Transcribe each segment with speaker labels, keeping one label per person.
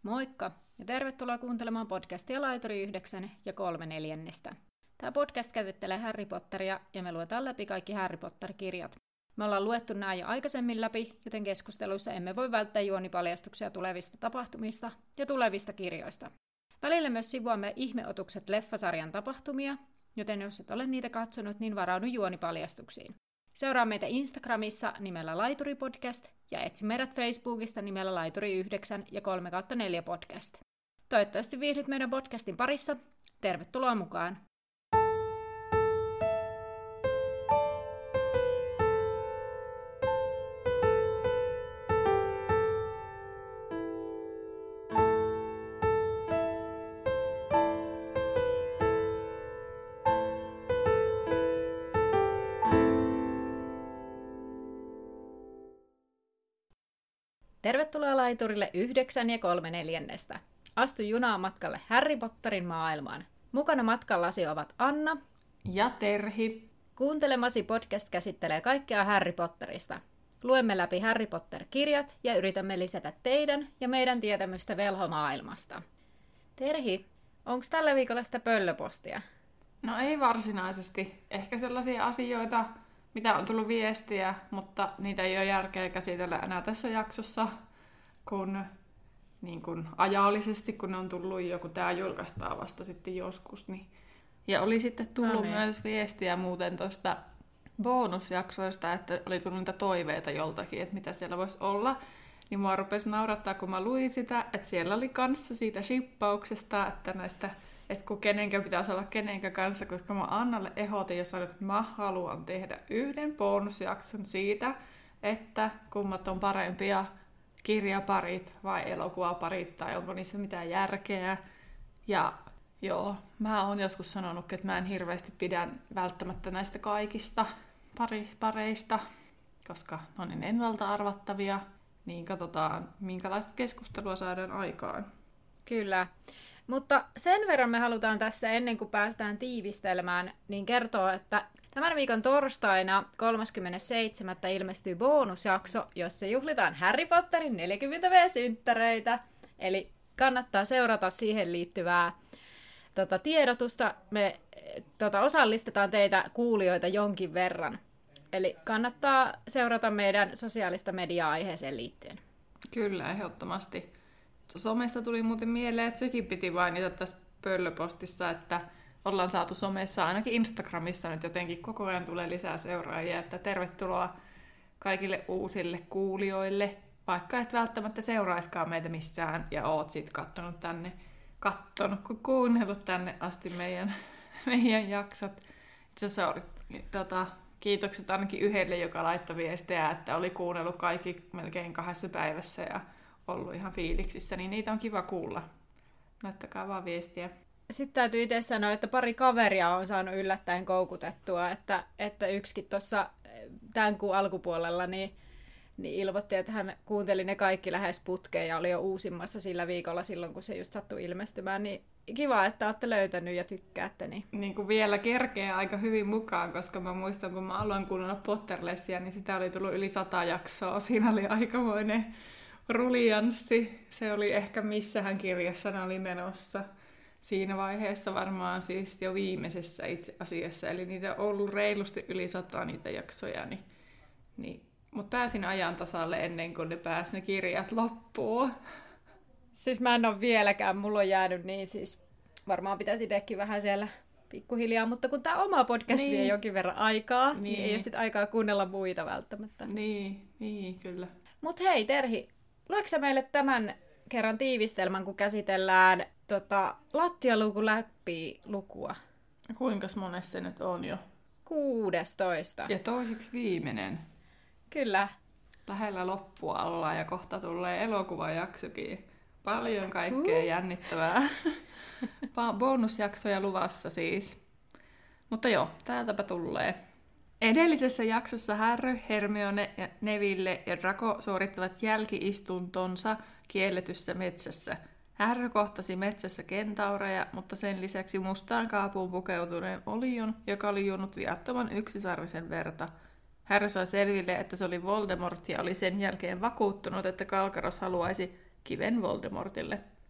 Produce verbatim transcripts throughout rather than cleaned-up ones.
Speaker 1: Moikka ja tervetuloa kuuntelemaan podcastia Laituri yhdeksän ja kolme neljännestä. Tämä podcast käsittelee Harry Potteria ja me luetaan läpi kaikki Harry Potter-kirjat. Me ollaan luettu nämä jo aikaisemmin läpi, joten keskusteluissa emme voi välttää juonipaljastuksia tulevista tapahtumista ja tulevista kirjoista. Välillä myös sivuamme ihmeotukset leffasarjan tapahtumia, joten jos et ole niitä katsonut, niin varaudu juonipaljastuksiin. Seuraa meitä Instagramissa nimellä Laituri Podcast ja etsi meidät Facebookista nimellä Laituri yhdeksän ja kolme kautta neljä podcast. Toivottavasti viihdyt meidän podcastin parissa. Tervetuloa mukaan! Tervetuloa laiturille yhdeksän ja kolme neljännestä. Astu junaan matkalle Harry Potterin maailmaan. Mukana matkallasi ovat Anna
Speaker 2: ja Terhi.
Speaker 1: Kuuntelemasi podcast käsittelee kaikkea Harry Potterista. Luemme läpi Harry Potter-kirjat ja yritämme lisätä teidän ja meidän tietämystä velhomaailmasta. Terhi, onko tällä viikolla sitä pöllöpostia?
Speaker 2: No ei varsinaisesti. Ehkä sellaisia asioita, mitä on tullut viestiä, mutta niitä ei ole järkeä käsitellä enää tässä jaksossa, kun, niin kun ajallisesti, kun ne on tullut joku, tämä julkaistaan vasta sitten joskus. Niin. Ja oli sitten tullut no niin. myös viestiä muuten tuosta bonusjaksoista, että oli tullut niitä toiveita joltakin, että mitä siellä voisi olla. Niin mua rupesi naurattaa, kun mä luin sitä, että siellä oli kanssa siitä shippauksesta, että näistä... että kun kenenkä pitäisi olla kenenkä kanssa, koska mä Annalle ehdotin ja sanoin, että mä haluan tehdä yhden bonusjakson siitä, että kummat on parempia, kirjaparit vai elokuvaparit, tai onko niissä mitään järkeä. Ja joo, mä oon joskus sanonut, että mä en hirveästi pidä välttämättä näistä kaikista pareista, koska ne on niin ennalta arvattavia, niin katsotaan, minkälaista keskustelua saadaan aikaan.
Speaker 1: Kyllä. Mutta sen verran me halutaan tässä, ennen kuin päästään tiivistelmään, niin kertoa, että tämän viikon torstaina kolmaskymmenesseitsemäs ilmestyy bonusjakso, jossa juhlitaan Harry Potterin neljäkymmentä vuotisynttäreitä. Eli kannattaa seurata siihen liittyvää tota, tiedotusta. Me tota, osallistetaan teitä kuulijoita jonkin verran. Eli kannattaa seurata meidän sosiaalista mediaa aiheeseen liittyen.
Speaker 2: Kyllä, ehdottomasti. Somesta tuli muuten mieleen, että sekin piti mainita tässä pöllöpostissa, että ollaan saatu somessa, ainakin Instagramissa nyt jotenkin koko ajan tulee lisää seuraajia, että tervetuloa kaikille uusille kuulijoille, vaikka et välttämättä seuraiskaan meitä missään ja oot sit kattonut tänne, kattonut, kun kuunnellut tänne asti meidän, meidän jaksot. Itse asiassa oli, tota, kiitokset ainakin yhdelle, joka laittoi viestejä, että oli kuunnellut kaikki melkein kahdessa päivässä ja ollut ihan fiiliksissä, niin niitä on kiva kuulla. Laittakaa vaan viestiä.
Speaker 1: Sitten täytyy itse sanoa, että pari kaveria on saanut yllättäen koukutettua, että, että yksikin tuossa tämän kuun alkupuolella niin, niin ilmoitti, että hän kuunteli ne kaikki lähes putkeen ja oli jo uusimmassa sillä viikolla silloin, kun se just sattui ilmestymään. Niin kiva, että olette löytänyt ja tykkäätte. Niin,
Speaker 2: niin kuin vielä kerkeä aika hyvin mukaan, koska mä muistan, kun mä aloin kuunnella Potterlessia, niin sitä oli tullut yli sata jaksoa. Siinä oli aikamoinen rulianssi. Se oli ehkä missähän kirjassa ne oli menossa. Siinä vaiheessa varmaan siis jo viimeisessä itse asiassa. Eli niitä on ollut reilusti yli sata niitä jaksoja. Niin, niin. Mutta pääsin ajan tasalle ennen kuin ne pääsi ne kirjat loppuun.
Speaker 1: Siis mä en ole vieläkään. Mulla on jäänyt niin siis varmaan pitäisi itsekin vähän siellä pikkuhiljaa. Mutta kun tää oma podcast niin. vie jokin verran aikaa, niin, niin ei ole sit aikaa kuunnella muita välttämättä.
Speaker 2: Niin, niin kyllä.
Speaker 1: Mut hei Terhi, luetko sä meille tämän kerran tiivistelmän, kun käsitellään tota, lattialuukun läpi lukua?
Speaker 2: Kuinka monessa se nyt on jo?
Speaker 1: kuusitoista.
Speaker 2: Ja toiseksi viimeinen.
Speaker 1: Kyllä.
Speaker 2: Lähellä loppua ollaan ja kohta tulee elokuvajaksokin. Paljon kaikkea uh. jännittävää. Bonusjaksoja luvassa siis. Mutta joo, täältäpä tulee. Edellisessä jaksossa Harry, Hermione, ja Neville ja Draco suorittavat jälki-istuntonsa kielletyssä metsässä. Harry kohtasi metsässä kentaureja, mutta sen lisäksi mustaan kaapuun pukeutuneen olion, joka oli juonut viattoman yksisarvisen verta. Harry sai selville, että se oli Voldemort ja oli sen jälkeen vakuuttunut, että Kalkaros haluaisi kiven Voldemortille.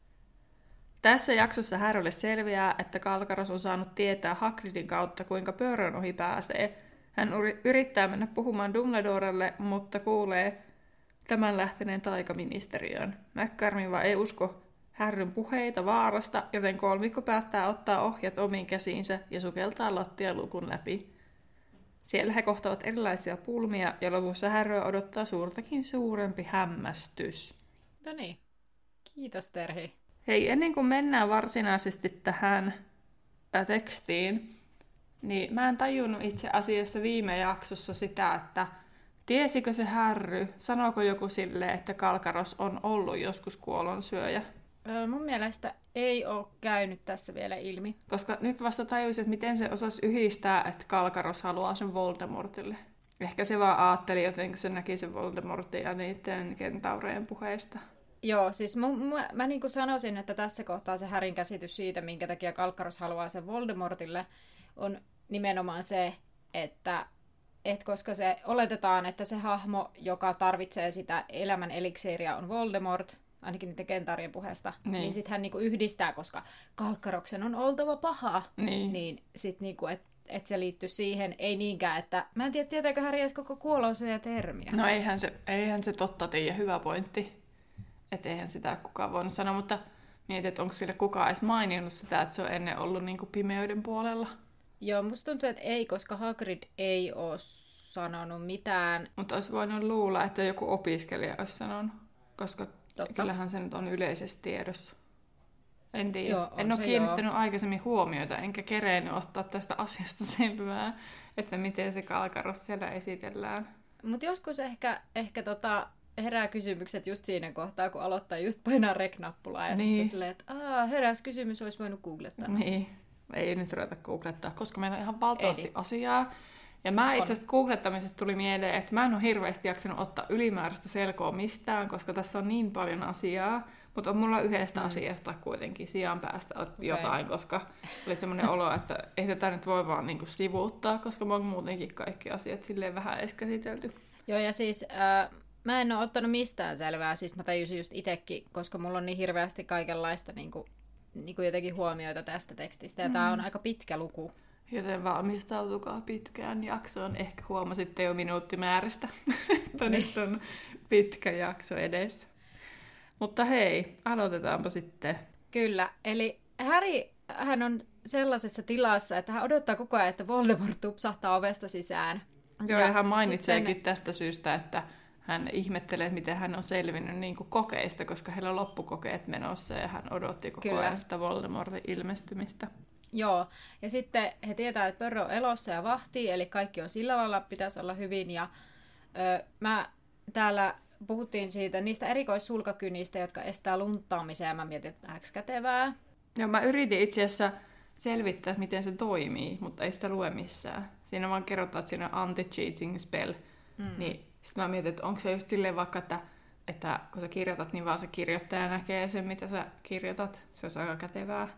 Speaker 2: Tässä jaksossa Harrylle selviää, että Kalkaros on saanut tietää Hagridin kautta, kuinka pöörön ohi pääsee. Hän yrittää mennä puhumaan Dumbledorelle, mutta kuulee tämän lähteneen taikaministeriöön. McGonagall vaan ei usko Harryn puheita vaarasta, joten kolmikko päättää ottaa ohjat omiin käsiinsä ja sukeltaa lattialukun läpi. Siellä he kohtavat erilaisia pulmia ja lopussa Harryä odottaa suurtakin suurempi hämmästys.
Speaker 1: No niin, kiitos Terhi.
Speaker 2: Hei, ennen kuin mennään varsinaisesti tähän ää, tekstiin, niin mä en tajunnut itse asiassa viime jaksossa sitä, että tiesikö se Harry, sanoiko joku silleen, että Kalkaros on ollut joskus kuolonsyöjä?
Speaker 1: Öö, mun mielestä ei ole käynyt tässä vielä ilmi.
Speaker 2: Koska nyt vasta tajusin, että miten se osasi yhdistää, että Kalkaros haluaa sen Voldemortille. Ehkä se vaan ajatteli jotenkin, se näki sen Voldemortin ja niiden kentaurejen puheista.
Speaker 1: Joo, siis mä, mä, mä niin kuin sanoisin, että tässä kohtaa se Harryn käsitys siitä, minkä takia Kalkaros haluaa sen Voldemortille, on nimenomaan se, että et koska se oletetaan, että se hahmo, joka tarvitsee sitä elämän eliksiiriä, on Voldemort, ainakin niiden kentaarien puheesta, niin, niin sitten hän niinku yhdistää, koska Kalkkaroksen on oltava paha,
Speaker 2: niin,
Speaker 1: niin sitten niinku, että et se liittyy siihen, ei niinkään, että mä en tiedä, tietääkö Harry edes koko kuolonsyöjä termiä.
Speaker 2: No eihän se, eihän se totta tiedä, hyvä pointti, että eihän sitä kukaan voinut sanoa, mutta mietit, että onko sille kukaan edes maininnut sitä, että se on ennen ollut niinku pimeyden puolella.
Speaker 1: Joo, musta tuntuu, että ei, koska Hagrid ei ole sanonut mitään.
Speaker 2: Mutta olisi voinut luulla, että joku opiskelija olisi sanonut, koska totta. Kyllähän se nyt on yleisesti tiedossa. En tiedä. Joo, en ole kiinnittänyt joo. aikaisemmin huomioita, enkä kerennyt ottaa tästä asiasta selvää, että miten se Kalkaros siellä esitellään.
Speaker 1: Mutta joskus ehkä, ehkä tota herää kysymykset just siinä kohtaa, kun aloittaa just painaa rek-nappulaa ja niin. Sitten silleen, että aah, heräs kysymys, olisi voinut googlettaa.
Speaker 2: Niin, ei nyt ruveta googlettaa, koska meillä on ihan valtavasti ei. asiaa. Ja mä itse asiassa googlettamisesta tuli mieleen, että mä en ole hirveästi jaksanut ottaa ylimääräistä selkoa mistään, koska tässä on niin paljon asiaa, mutta on mulla yhdestä mm. asiasta kuitenkin sijaan päästä okay. jotain, koska oli semmoinen olo, että ei tätä nyt voi vaan niinku sivuuttaa, koska mä oon muutenkin kaikki asiat silleen vähän edes käsitelty.
Speaker 1: Joo, ja siis äh, mä en ole ottanut mistään selvää, siis mä tajusin just itsekin, koska mulla on niin hirveästi kaikenlaista niinku, niinku jotenkin huomioita tästä tekstistä, ja mm. tää on aika pitkä luku.
Speaker 2: Joten valmistautukaa pitkään jaksoon. Ehkä huomasitte jo minuuttimääristä, että nyt on pitkä jakso edessä. Mutta hei, aloitetaanpa sitten.
Speaker 1: Kyllä, eli Harry hän on sellaisessa tilassa, että hän odottaa koko ajan, että Voldemort tupsahtaa ovesta sisään.
Speaker 2: Joo, ja, ja hän mainitseekin sitten tästä syystä, että hän ihmettelee, miten hän on selvinnyt niin kuin kokeista, koska heillä on loppukokeet menossa ja hän odotti koko Kyllä. ajan sitä Voldemortin ilmestymistä.
Speaker 1: Joo, ja sitten he tietää, että Pörrö on elossa ja vahtii, eli kaikki on sillä lailla, pitäisi olla hyvin. Ja ö, mä täällä puhuttiin siitä niistä erikoissulkakynistä, jotka estää lunttaamisen, ja mä mietin, että vähäksi kätevää.
Speaker 2: Joo, mä yritin itse asiassa selvittää, miten se toimii, mutta ei sitä lue missään. Siinä vaan kerrotaan, että siinä on anti-cheating spell. Mm. Niin sitten mä mietin, että onko se just silleen vaikka, että, että kun sä kirjoitat, niin vaan se kirjoittaja näkee sen, mitä sä kirjoitat. Se on aika kätevää.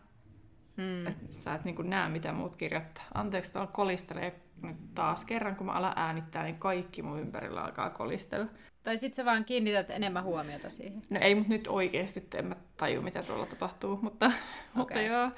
Speaker 2: Mm. Että sä et niin kuin näe, mitä muut kirjoittaa. Anteeksi, tuolla kolistelee nyt taas kerran, kun mä alan äänittää, niin kaikki mun ympärillä alkaa kolistella.
Speaker 1: Tai sit sä vaan kiinnität enemmän huomiota siihen.
Speaker 2: No ei, mutta nyt oikeasti en mä taju, mitä tuolla tapahtuu, mutta, okay. mutta joo.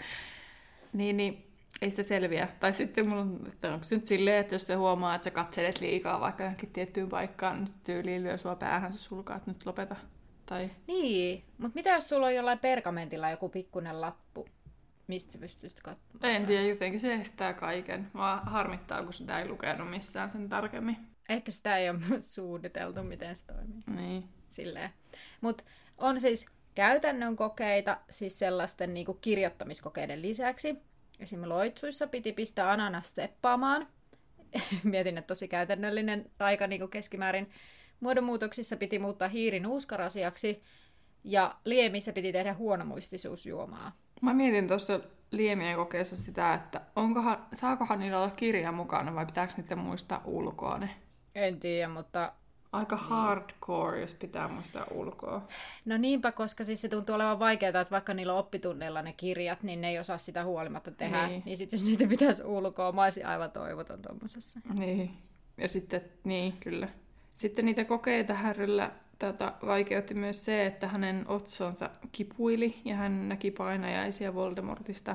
Speaker 2: Niin, niin, ei sitä selviä. Tai sitten mulla on, että onko se nyt silleen, että jos se huomaa, että sä katselet liikaa vaikka johonkin tiettyyn paikkaan, niin tyyliin lyö sua päähän, se sulkaa, että nyt lopeta. Tai... Niin,
Speaker 1: mutta mitä jos sulla on jollain pergamentilla joku pikkuinen lappu? Mistä sä pystyisit katsomaan?
Speaker 2: En tiedä, jotenkin se estää kaiken. Mua harmittaa, kun sitä ei lukenut missään sen tarkemmin.
Speaker 1: Ehkä sitä ei ole suunniteltu, miten se toimii.
Speaker 2: Niin.
Speaker 1: Silleen. Mutta on siis käytännön kokeita, siis sellaisten niinku kirjoittamiskokeiden lisäksi. Esimerkiksi loitsuissa piti pistää ananas steppaamaan. Mietin, että tosi käytännöllinen taika niinku keskimäärin. Muodonmuutoksissa piti muuttaa hiiri nuuskarasiaksi. Ja liemissä piti tehdä huonomuistisuusjuomaa.
Speaker 2: Mä mietin tuossa liemien kokeessa sitä, että onkohan, saakohan niillä olla kirja mukana vai pitääkö niiden muistaa ulkoa ne?
Speaker 1: En tiedä, mutta...
Speaker 2: Aika niin. Hardcore, jos pitää muistaa ulkoa.
Speaker 1: No niinpä, koska siis se tuntuu olevan vaikeaa, että vaikka niillä on oppitunneilla ne kirjat, niin ne ei osaa sitä huolimatta tehdä. Niin, niin sitten jos niitä pitäisi ulkoa, mä olisin aivan toivoton tommosessa.
Speaker 2: Niin, ja sitten, niin kyllä. Sitten niitä kokeita Harryllä tätä vaikeutti myös se, että hänen otsonsa kipuili ja hän näki painajaisia Voldemortista.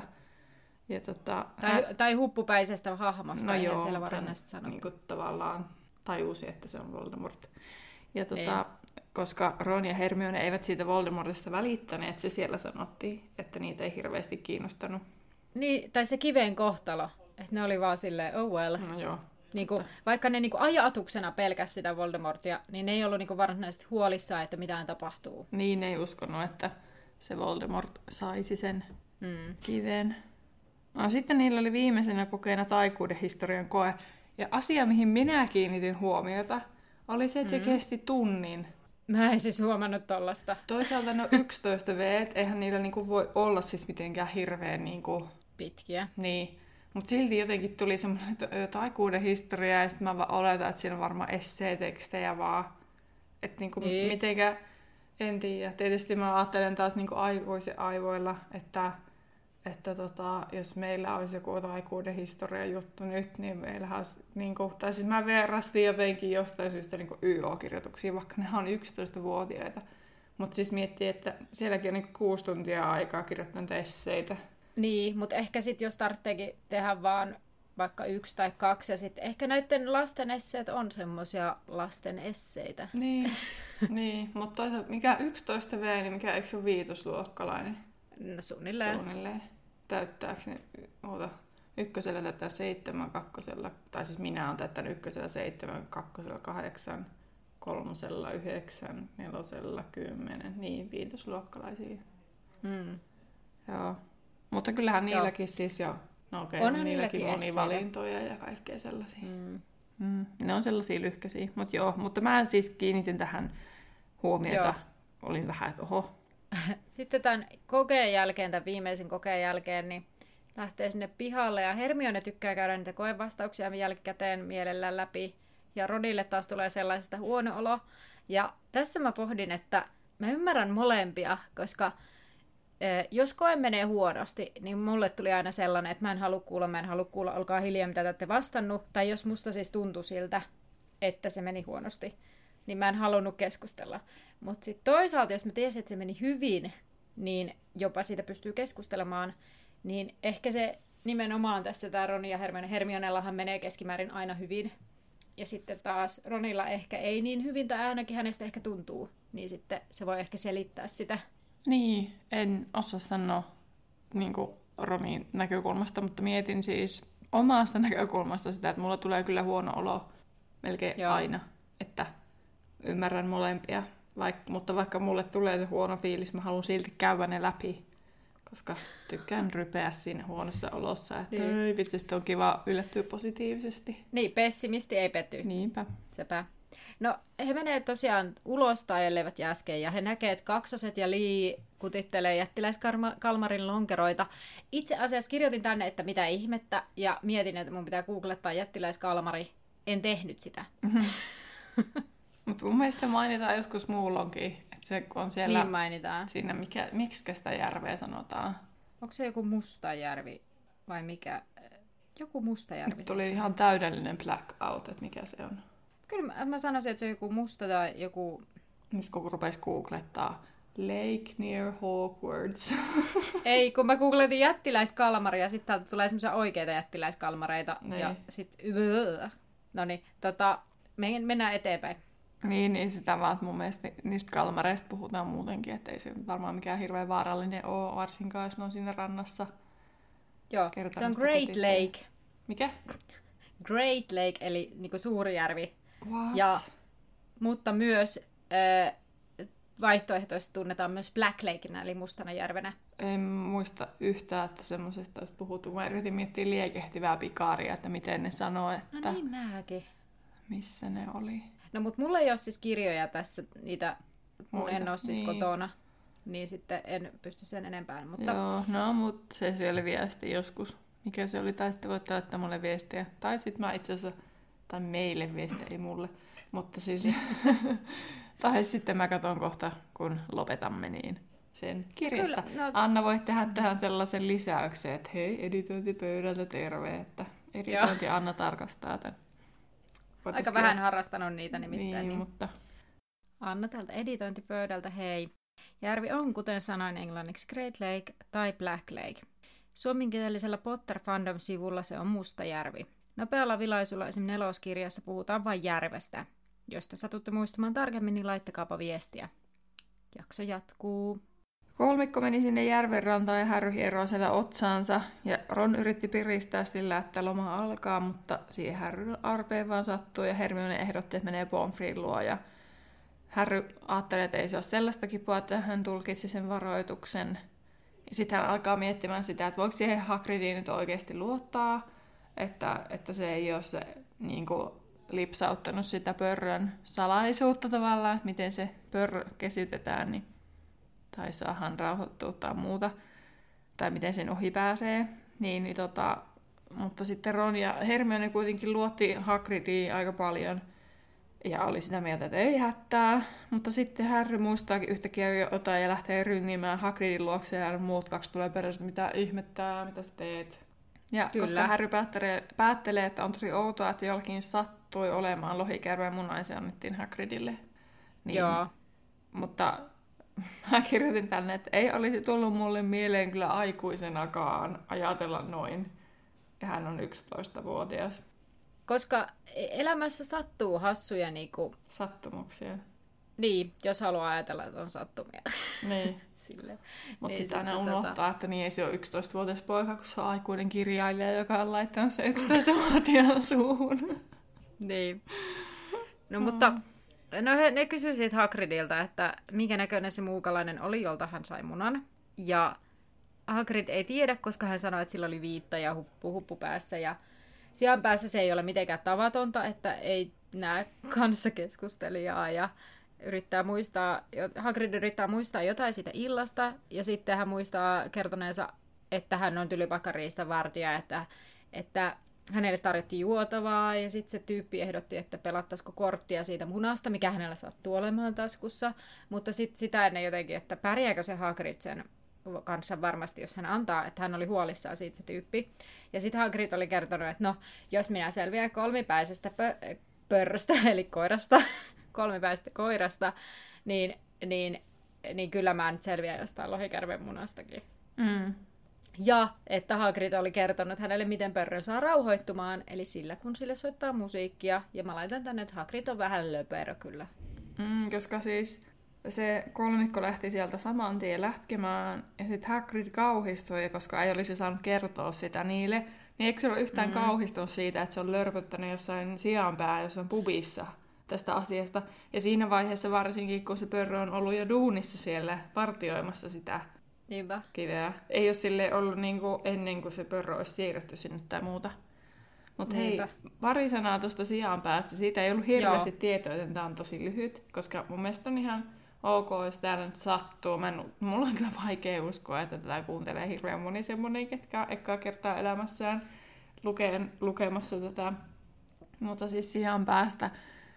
Speaker 2: Ja tota,
Speaker 1: tai,
Speaker 2: hän...
Speaker 1: tai huppupäisestä hahmosta,
Speaker 2: no
Speaker 1: eihän
Speaker 2: joo,
Speaker 1: siellä varannaista sanoa.
Speaker 2: Niin kuin tavallaan tajusi, että se on Voldemort. Ja tota, koska Ron ja Hermione eivät siitä Voldemortista välittäneet, se siellä sanottiin, että niitä ei hirveästi kiinnostanut.
Speaker 1: Niin, tai se kiveen kohtalo, että ne oli vaan silleen, oh well.
Speaker 2: No joo.
Speaker 1: Niinku, vaikka ne niinku ajatuksena pelkäs sitä Voldemortia, niin ne ei ollut niinku varsinaisesti huolissaan, että mitään tapahtuu.
Speaker 2: Niin, ei uskonut, että se Voldemort saisi sen mm. kiveen. No, sitten niillä oli viimeisenä kokeena taikuuden historian koe. Ja asia, mihin minä kiinnitin huomiota, oli se, että se mm. kesti tunnin.
Speaker 1: Mä en siis huomannut tollasta.
Speaker 2: Toisaalta no yksitoista V, eihän niillä niinku voi olla siis mitenkään hirveän niinku...
Speaker 1: pitkiä.
Speaker 2: Niin. Mutta silti jotenkin tuli semmoinen taikuuden historia, ja sitten mä vaan oletan, että siinä on varmaan esseetekstejä vaan. Että niinku niin. mitenkä, en tiedä. Tietysti mä ajattelen taas niinku aikuisen aivoilla, että, että tota, jos meillä olisi joku taikuuden historia juttu nyt, niin meillähän olisi, niinku, tai siis mä verrastin jotenkin jostain syystä niinku Y O-kirjoituksia, vaikka ne on yksitoistavuotiaita. Mutta siis miettii, että sielläkin on niinku kuusi tuntia aikaa kirjoittaa niitä esseitä.
Speaker 1: Niin, mutta ehkä sitten jos tarvitseekin tehdä vaan vaikka yksi tai kaksi, ja sitten ehkä näiden lasten esseet on semmoisia lasten esseitä.
Speaker 2: Niin, niin. Mutta toisaalta mikä yksitoista V, niin mikä eikö se ole viitosluokkalainen?
Speaker 1: No suunnilleen.
Speaker 2: Suunnilleen. Täyttääkö ne, oota, ykkösellä täyttää seitsemän, kakkosella, tai siis minä olen täyttänyt ykkösellä seitsemän, kakkosella kahdeksan, kolmosella yhdeksän, nelosella kymmenen, niin viitosluokkalaisia.
Speaker 1: Mm.
Speaker 2: Joo. Mutta kyllähän
Speaker 1: Joo.
Speaker 2: niilläkin siis jo, no okei, okay, niilläkin, niilläkin monivalintoja ja kaikkea sellaisia. Mm. Mm. Ne on sellaisia lyhkäisiä, mutta joo, mutta mä siis kiinnitin tähän huomiota. Joo. Olin vähän, että oho.
Speaker 1: Sitten tämän kokeen jälkeen, tämän viimeisen kokeen jälkeen, niin lähtee sinne pihalle ja Hermione tykkää käydä niitä koevastauksia jälkikäteen mielellään läpi. Ja Ronille taas tulee sellaisesta huono olo. Ja tässä mä pohdin, että mä ymmärrän molempia, koska jos koe menee huonosti, niin mulle tuli aina sellainen, että mä en halua kuulla, mä en halua kuulla, olkaa hiljaa, mitä te olette vastannut. Tai jos musta siis tuntui siltä, että se meni huonosti, niin mä en halunnut keskustella. Mutta sitten toisaalta, jos mä tiesin, että se meni hyvin, niin jopa siitä pystyy keskustelemaan, niin ehkä se nimenomaan tässä tämä Ron ja Hermione. Hermionellahan menee keskimäärin aina hyvin. Ja sitten taas Ronilla ehkä ei niin hyvin, tai ainakin hänestä ehkä tuntuu. Niin sitten se voi ehkä selittää sitä.
Speaker 2: Niin, en osaa sanoa niin kuin Ronin näkökulmasta, mutta mietin siis omasta näkökulmasta sitä, että mulla tulee kyllä huono olo melkein Joo. aina, että ymmärrän molempia. Vaik- mutta vaikka mulle tulee se huono fiilis, mä haluan silti käydä ne läpi, koska tykkään rypeä siinä huonossa olossa, että niin. ei vitsi, on kiva yllättyä positiivisesti.
Speaker 1: Niin, pessimisti ei petty.
Speaker 2: Niinpä.
Speaker 1: Sepä. No, he menee tosiaan ulos tai elleivät jää äsken, ja he näkee, että kaksoset ja Lee kutittelee jättiläiskalmarin lonkeroita. Itse asiassa kirjoitin tänne, että mitä ihmettä, ja mietin, että mun pitää googlettaa jättiläiskalmari. En tehnyt sitä. Mm-hmm.
Speaker 2: Mutta mun mielestä mainitaan joskus muulloinkin, että se kun on siellä...
Speaker 1: Niin mainitaan.
Speaker 2: Siinä, mikä, miksikä sitä järveä sanotaan?
Speaker 1: Onko se joku Mustajärvi vai mikä? Joku Mustajärvi.
Speaker 2: Nyt tuli ihan täydellinen blackout, että mikä se on.
Speaker 1: Kyllä mä, mä sanoisin, että se on joku musta tai joku...
Speaker 2: Nyt kun rupesi googlettaa Lake near Hogwarts.
Speaker 1: Ei, kun mä googletin jättiläiskalmaria, ja sitten täältä tulee semmoisia oikeita jättiläiskalmareita. Niin. Ja sit... No niin, tota, mennään eteenpäin.
Speaker 2: Niin, niin sitä vaan, että mun mielestä niistä kalmareista puhutaan muutenkin, että ei se varmaan mikään hirveän vaarallinen ole, varsinkaan jos ne on siinä rannassa.
Speaker 1: Joo, se on Great Lake.
Speaker 2: Mikä?
Speaker 1: Great Lake, eli niinku suuri järvi.
Speaker 2: What?
Speaker 1: Ja, mutta myös äh, vaihtoehtoisesti tunnetaan myös Black Lakena, eli mustana järvenä.
Speaker 2: En muista yhtään, että semmoisesta olisi puhuttu. Mä yritin miettiä liekehtivää pikaaria, että miten ne sanoo, että...
Speaker 1: No niin, mäkin.
Speaker 2: Missä ne oli?
Speaker 1: No, mutta mulla ei ole siis kirjoja tässä, niitä, kun Muita. en ole siis niin. kotona, niin sitten en pysty sen enempään. Mutta...
Speaker 2: Joo, no, mutta se selviää sitten joskus. Mikä se oli, tai sitten voit laittaa mulle viestiä. Tai sitten mä itse asiassa, tai meille viestiä, ei mulle. Mutta siis, tai sitten mä katson kohta, kun lopetamme, niin sen kirjasta. Kyllä, no... Anna voi tehdä tähän sellaisen lisäyksen, että hei, editointipöydältä terve, että editointi Anna tarkastaa tämän.
Speaker 1: Aika vähän harrastanut niitä nimittäin.
Speaker 2: Niin,
Speaker 1: niin.
Speaker 2: mutta...
Speaker 1: Anna täältä editointipöydältä, hei. Järvi on, kuten sanoin englanniksi, Great Lake tai Black Lake. Suomenkielisellä Potter Fandom-sivulla se on Musta järvi. Nopealla vilaisulla esim. Neloskirjassa puhutaan vain järvestä. Jos te satutte muistamaan tarkemmin, niin laittakaapa viestiä. Jakso jatkuu.
Speaker 2: Kolmikko meni sinne järven rantaan ja Harry hieroi siellä otsaansa. Ja Ron yritti piristää sillä, että loma alkaa, mutta siihen Harry arpeen vaan sattui ja Hermione ehdotti, että menee Pomfreyn luo. Ja Harry ajatteli, että ei se ole sellaista kipua, että hän tulkitsi sen varoituksen. Sitten hän alkaa miettimään sitä, että voiko siihen Hagridiin nyt oikeasti luottaa, että, että se ei ole se niin kuin, lipsauttanut sitä pörrön salaisuutta tavallaan, että miten se pörrö kesytetään, niin, tai saahan rauhoittua tai muuta, tai miten sen ohi pääsee. Niin, niin, tota, mutta sitten Ron ja Hermione kuitenkin luotti Hagridiin aika paljon, ja oli sitä mieltä, että ei hätää, mutta sitten Harry muistaakin yhtäkkiä jotain ja lähtee rynnimään Hagridin luokse ja muut kaksi tulee perässä, mitä ihmettää, mitä sä teet. Ja Kyllä. koska Harry päättelee, päättelee, että on tosi outoa, että jollakin sattui olemaan lohikärven muna ja se annettiin Hagridille. Niin,
Speaker 1: Joo.
Speaker 2: Mutta mä kirjoitin tänne, että ei olisi tullut mulle mieleen kyllä aikuisenakaan ajatella noin. Ja hän on yksitoistavuotias.
Speaker 1: Koska elämässä sattuu hassuja niinku...
Speaker 2: sattumuksia.
Speaker 1: Niin, jos haluaa ajatella, että on sattumia.
Speaker 2: Niin. Mutta niin sitten aina unohtaa, tota... että niin ei se ole yksitoistavuotias poika, kun se on aikuinen kirjailija, joka on laittanut se yksitoistavuotiaan suuhun.
Speaker 1: Niin. No mutta no he, ne kysyi siitä Hagridilta, että minkä näköinen se muukalainen oli, jolta hän sai munan. Ja Hagrid ei tiedä, koska hän sanoi, että sillä oli viitta ja huppu, huppu päässä. Ja sijan päässä se ei ole mitenkään tavatonta, että ei näe kanssakeskustelijaa ja yrittää muistaa, Hagrid yrittää muistaa jotain siitä illasta ja sitten hän muistaa kertoneensa, että hän on tylypakkariistan vartija, että, että hänelle tarjottiin juotavaa ja sitten se tyyppi ehdotti, että pelattaisiko korttia siitä munasta, mikä hänellä sattuu olemaan taskussa, mutta sitten sitä ennen jotenkin, että pärjääkö se Hagrid sen kanssa varmasti, jos hän antaa, että hän oli huolissaan siitä se tyyppi. Ja sitten Hagrid oli kertonut, että no, jos minä selviän kolmipäisestä pö- pörröstä, eli koirasta, kolmipäisestä koirasta, niin, niin, niin kyllä mä nyt selviän jostain lohikärven munastakin.
Speaker 2: Mm.
Speaker 1: Ja että Hagrid oli kertonut hänelle, miten pörrön saa rauhoittumaan, eli sillä, kun sille soittaa musiikkia. Ja mä laitan tänne, että Hagrid on vähän löperö kyllä.
Speaker 2: Mm, koska siis se kolmikko lähti sieltä saman tien lätkemään, ja sitten Hagrid kauhistui, koska ei olisi saanut kertoa sitä niille. Niin eikö se ole yhtään mm-hmm. kauhistunut siitä, että se on lörpöttänyt jossain sijaanpää, jossain pubissa tästä asiasta. Ja siinä vaiheessa varsinkin, kun se pörrö on ollut jo duunissa siellä partioimassa sitä
Speaker 1: Niinpä.
Speaker 2: kiveä. Ei ole sille ollut niinku ennen kuin se pörrö olisi siirretty sinne tai muuta. Mutta hei, pari sanaa tuosta sijaanpäästä. Siitä ei ollut hirveästi Joo. tietoa, että tämä on tosi lyhyt, koska mun mielestä on ihan ok, jos täällä nyt sattuu. Mä en, mulla on kyllä vaikea uskoa, että tätä kuuntelee hirveän moni semmoinen, ketkä on ekaa kertaa elämässään lukeen, lukemassa tätä. Mutta siis sijaanpäästä.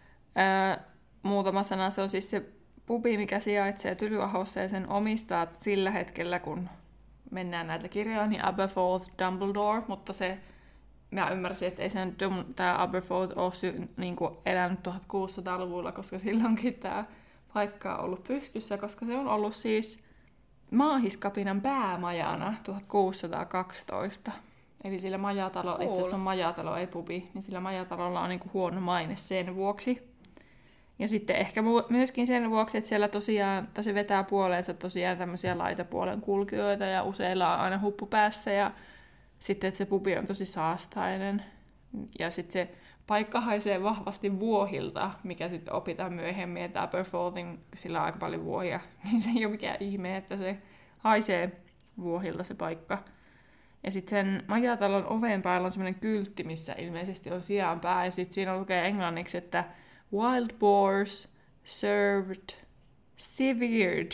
Speaker 2: Ää, muutama sana, se on siis se pubi, mikä sijaitsee Tylyahossa ja sen omistaa sillä hetkellä, kun mennään näitä kirjoja, niin Aberforth Dumbledore, mutta se, mä ymmärsin, että ei sen tämä Aberforth ole sy, niin kuin elänyt tuhatkuusisataaluvulla, koska silloinkin tämä paikka on ollut pystyssä, koska se on ollut siis Maahiskapinan päämajana tuhatkuusisataakaksitoista. Eli sillä majatalo, cool. itse asiassa on majatalo, ei pubi, niin sillä majatalolla on niin kuin huono maine sen vuoksi. Ja sitten ehkä myöskin sen vuoksi, että siellä tosiaan, tai se vetää puoleensa tosiaan tämmöisiä laitapuolen kulkijoita ja useilla on aina huppu päässä ja sitten, että se pubi on tosi saastainen. Ja sitten se paikka haisee vahvasti vuohilta, mikä sitten opitaan myöhemmin, että Aberforthin, sillä on aika paljon vuohia, niin se ei ole mikään ihme, että se haisee vuohilta se paikka. Ja sitten sen majatalon oven päällä on semmoinen kyltti, missä ilmeisesti on sijaanpää, ja sitten siinä lukee englanniksi, että Wild boars served severed.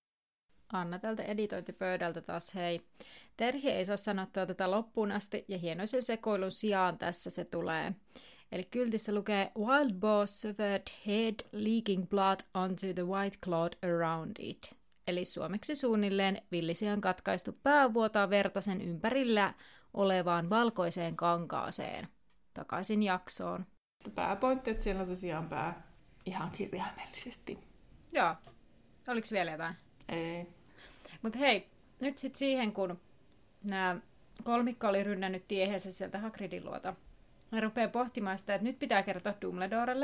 Speaker 1: Anna tältä editointipöydältä taas hei. Terhi ei saa sanottua tätä loppuun asti, ja hienoisen sekoilun sijaan tässä se tulee. Eli kyltissä lukee Wild boars severed head leaking blood onto the white cloth around it. Eli suomeksi suunnilleen villisian katkaistu pää vuotaa verta sen ympärillä olevaan valkoiseen kankaaseen. Takaisin jaksoon.
Speaker 2: Pääpointti, että siellä on se sijaanpää ihan kirjaimellisesti.
Speaker 1: Joo. Oliko vielä jotain?
Speaker 2: Ei.
Speaker 1: Mut hei, nyt sit siihen, kun nämä kolmikko oli rynnännyt tieheensä sieltä Hagridin luota, ne rupeaa pohtimaan sitä, että nyt pitää kertoa Dumbledorelle,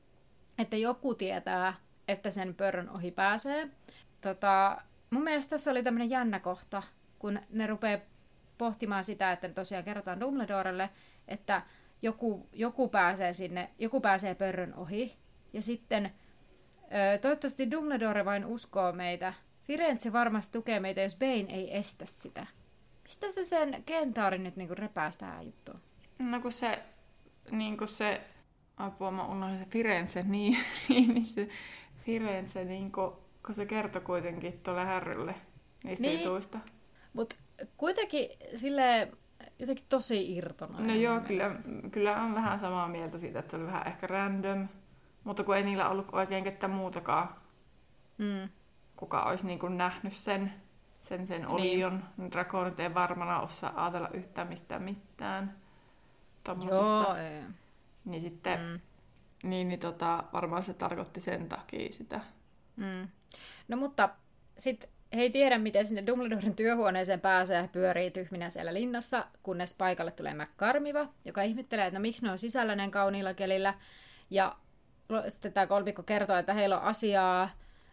Speaker 1: että joku tietää, että sen pörrön ohi pääsee. Tota, mun mielestä tässä oli tämmöinen jännä kohta, kun ne rupeaa pohtimaan sitä, että tosiaan kerrotaan Dumbledorelle, että joku, joku pääsee sinne, joku pääsee pörrön ohi. Ja sitten ö, toivottavasti Dumbledore vain uskoo meitä. Firenze varmasti tukee meitä, jos Bane ei estä sitä. Mistä se sen kentaarin nyt niinku repää sitä juttua?
Speaker 2: No kun se, niin kun se, apua mä unohdin se Firenze, niin, niin, niin se Firenze, niin kun, kun se kertoi kuitenkin tuolle Harrylle niistä
Speaker 1: niin,
Speaker 2: jutuista.
Speaker 1: Mut kuitenkin silleen jotenkin tosi irtonainen.
Speaker 2: No joo, kyllä, kyllä on vähän samaa mieltä siitä, että se oli vähän ehkä random, mutta kun ei niillä ollut oikein ketään muutakaan, mm. kuka olisi niin kuin nähnyt sen, sen, sen olion. Niin. Drakonit ei varmana osaa ajatella yhtään mistään mitään tommosista.
Speaker 1: Joo, ei.
Speaker 2: Niin sitten, mm. niin, niin tota, varmaan se tarkoitti sen takia sitä.
Speaker 1: Mm. No mutta sitten he ei tiedä, miten sinne Dumbledoren työhuoneeseen pääsee ja pyörii tyhminä siellä linnassa, kunnes paikalle tulee McCormiva, joka ihmettelee, että no miksi ne on sisällä näin kauniilla kelillä. Ja sitten tämä kolmikko kertoo, että heillä on asiaa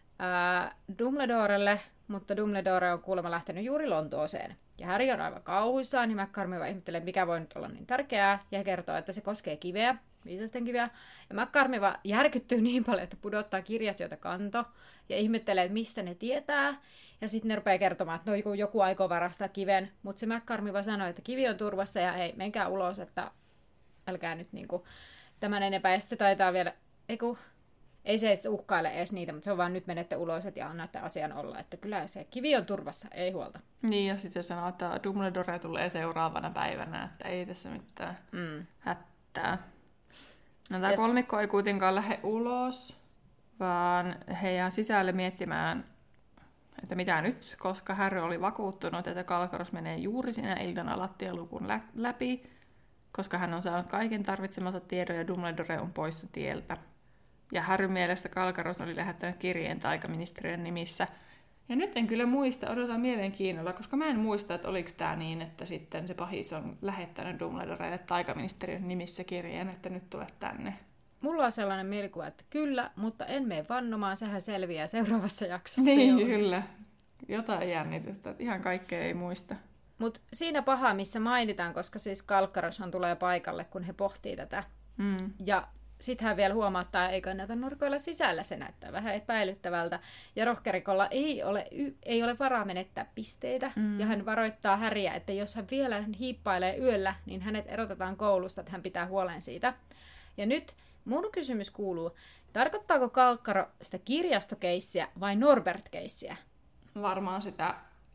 Speaker 1: ää, Dumbledorelle, mutta Dumbledore on kuulemma lähtenyt juuri Lontooseen. Ja Harry on aivan kauhuissaan, niin McCormiva ihmettelee, mikä voi nyt olla niin tärkeää, ja kertoo, että se koskee kiveä, viisasten kiveä. Ja McCormiva järkyttyy niin paljon, että pudottaa kirjat, joita kanto, ja ihmettelee, että mistä ne tietää. Ja sitten ne rupeaa kertomaan, että no, joku, joku aikoo varastaa kiven, mutta se McCormiva sanoi, että kivi on turvassa ja hei, menkää ulos, että älkää nyt niinku tämän enempää. Ja sitten se taitaa vielä, eiku, ei se edes uhkaile edes niitä, mutta se on vaan nyt menette ulos ja annatte asian olla, että kyllä se kivi on turvassa, ei huolta.
Speaker 2: Niin, ja sitten se sanoo, että Dumbledore tulee seuraavana päivänä, että ei tässä mitään mm. hättää. No tämä yes. kolmikko ei kuitenkaan lähde ulos, vaan he jää sisälle miettimään, että mitä nyt, koska Harry oli vakuuttunut, että Kalkaros menee juuri sinä iltana lattialukun lä- läpi, koska hän on saanut kaiken tarvitsemansa tiedon ja Dumbledore on poissa tieltä. Ja Harryn mielestä Kalkaros oli lähettänyt kirjeen taikaministeriön nimissä. Ja nyt en kyllä muista, odotan mielenkiinnolla, koska mä en muista, että oliko tämä niin, että sitten se pahis on lähettänyt Dumbledorelle taikaministeriön nimissä kirjeen, että nyt tulet tänne.
Speaker 1: Mulla on sellainen mielikuva, että kyllä, mutta en mene vannomaan, sehän selviää seuraavassa jaksossa.
Speaker 2: Niin, jo. Kyllä. Jotain jännitystä, että ihan kaikkea ei muista.
Speaker 1: Mutta siinä paha, missä mainitaan, koska siis Kalkkaroshan tulee paikalle, kun he pohtii tätä. Mm. Ja sitten hän vielä huomauttaa, että ei kannata nurkoilla sisällä, se näyttää vähän epäilyttävältä. Ja rohkerikolla ei ole, ei ole varaa menettää pisteitä. Mm. Ja hän varoittaa Harryä, että jos hän vielä hiippailee yöllä, niin hänet erotetaan koulusta, että hän pitää huolen siitä. Ja nyt mun kysymys kuuluu, tarkoittaako Kalkkaro sitä kirjastokeissiä vai Norbert-keissiä?
Speaker 2: Varmaan sitä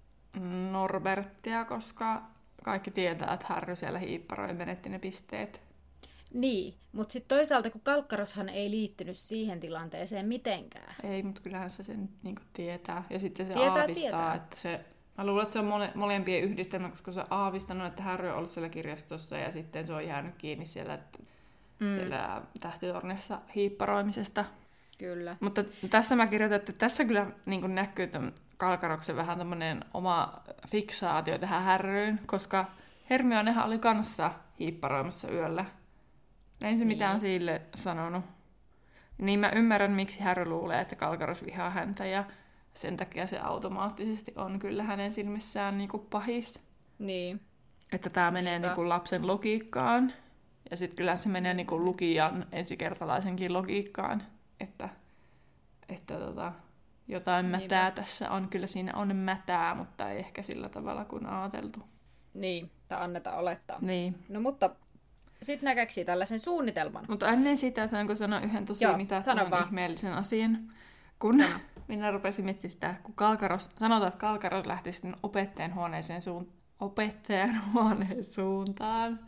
Speaker 2: Norbertia, koska kaikki tietää, että Harry siellä hiipparoi ja menetti ne pisteet.
Speaker 1: Niin, mutta sitten toisaalta, kun Kalkkaroshan ei liittynyt siihen tilanteeseen mitenkään.
Speaker 2: Ei, mutta kyllähän se sen niin tietää. Ja sitten se
Speaker 1: tietää,
Speaker 2: aavistaa,
Speaker 1: tietää.
Speaker 2: että se... Mä luulen, että se on mole, molempien yhdistelmä, koska se on aavistanut, että Harry on ollut siellä kirjastossa ja sitten se on jäänyt kiinni siellä, että mm. siellä tähtitornissa hiipparoimisesta.
Speaker 1: Kyllä.
Speaker 2: Mutta tässä mä kirjoitan, että tässä kyllä niin näkyy tämän Kalkaroksen vähän tämmöinen oma fiksaatio tähän Harryyn, koska Hermionehan oli kanssa hiipparoimassa yöllä. Ei se niin. mitään sille sanonut. Niin mä ymmärrän, miksi Harry luulee, että Kalkaros vihaa häntä ja sen takia se automaattisesti on kyllä hänen silmissään niin kuin pahis.
Speaker 1: Niin.
Speaker 2: Että tää menee niin kuin lapsen logiikkaan. Ja sitten kyllä se menee niin kuin lukijan ensikertalaisenkin logiikkaan. Että, että tota, jotain mätää niin, tässä on. Kyllä siinä on mätää, mutta ei ehkä sillä tavalla kuin ajateltu.
Speaker 1: Niin, tai annetaan olettaa.
Speaker 2: Niin.
Speaker 1: No mutta sitten näkeekö tällaisen suunnitelman?
Speaker 2: Mutta ennen sitä saanko sanoa yhden tosi
Speaker 1: Joo,
Speaker 2: mitä
Speaker 1: vaan.
Speaker 2: ihmeellisen asian. Kun sano. Minä rupesin miettimään sitä, kun Kalkaros, sanotaan, että Kalkaros lähti sitten opettajan huoneeseen, suun, opettajan huoneen suuntaan,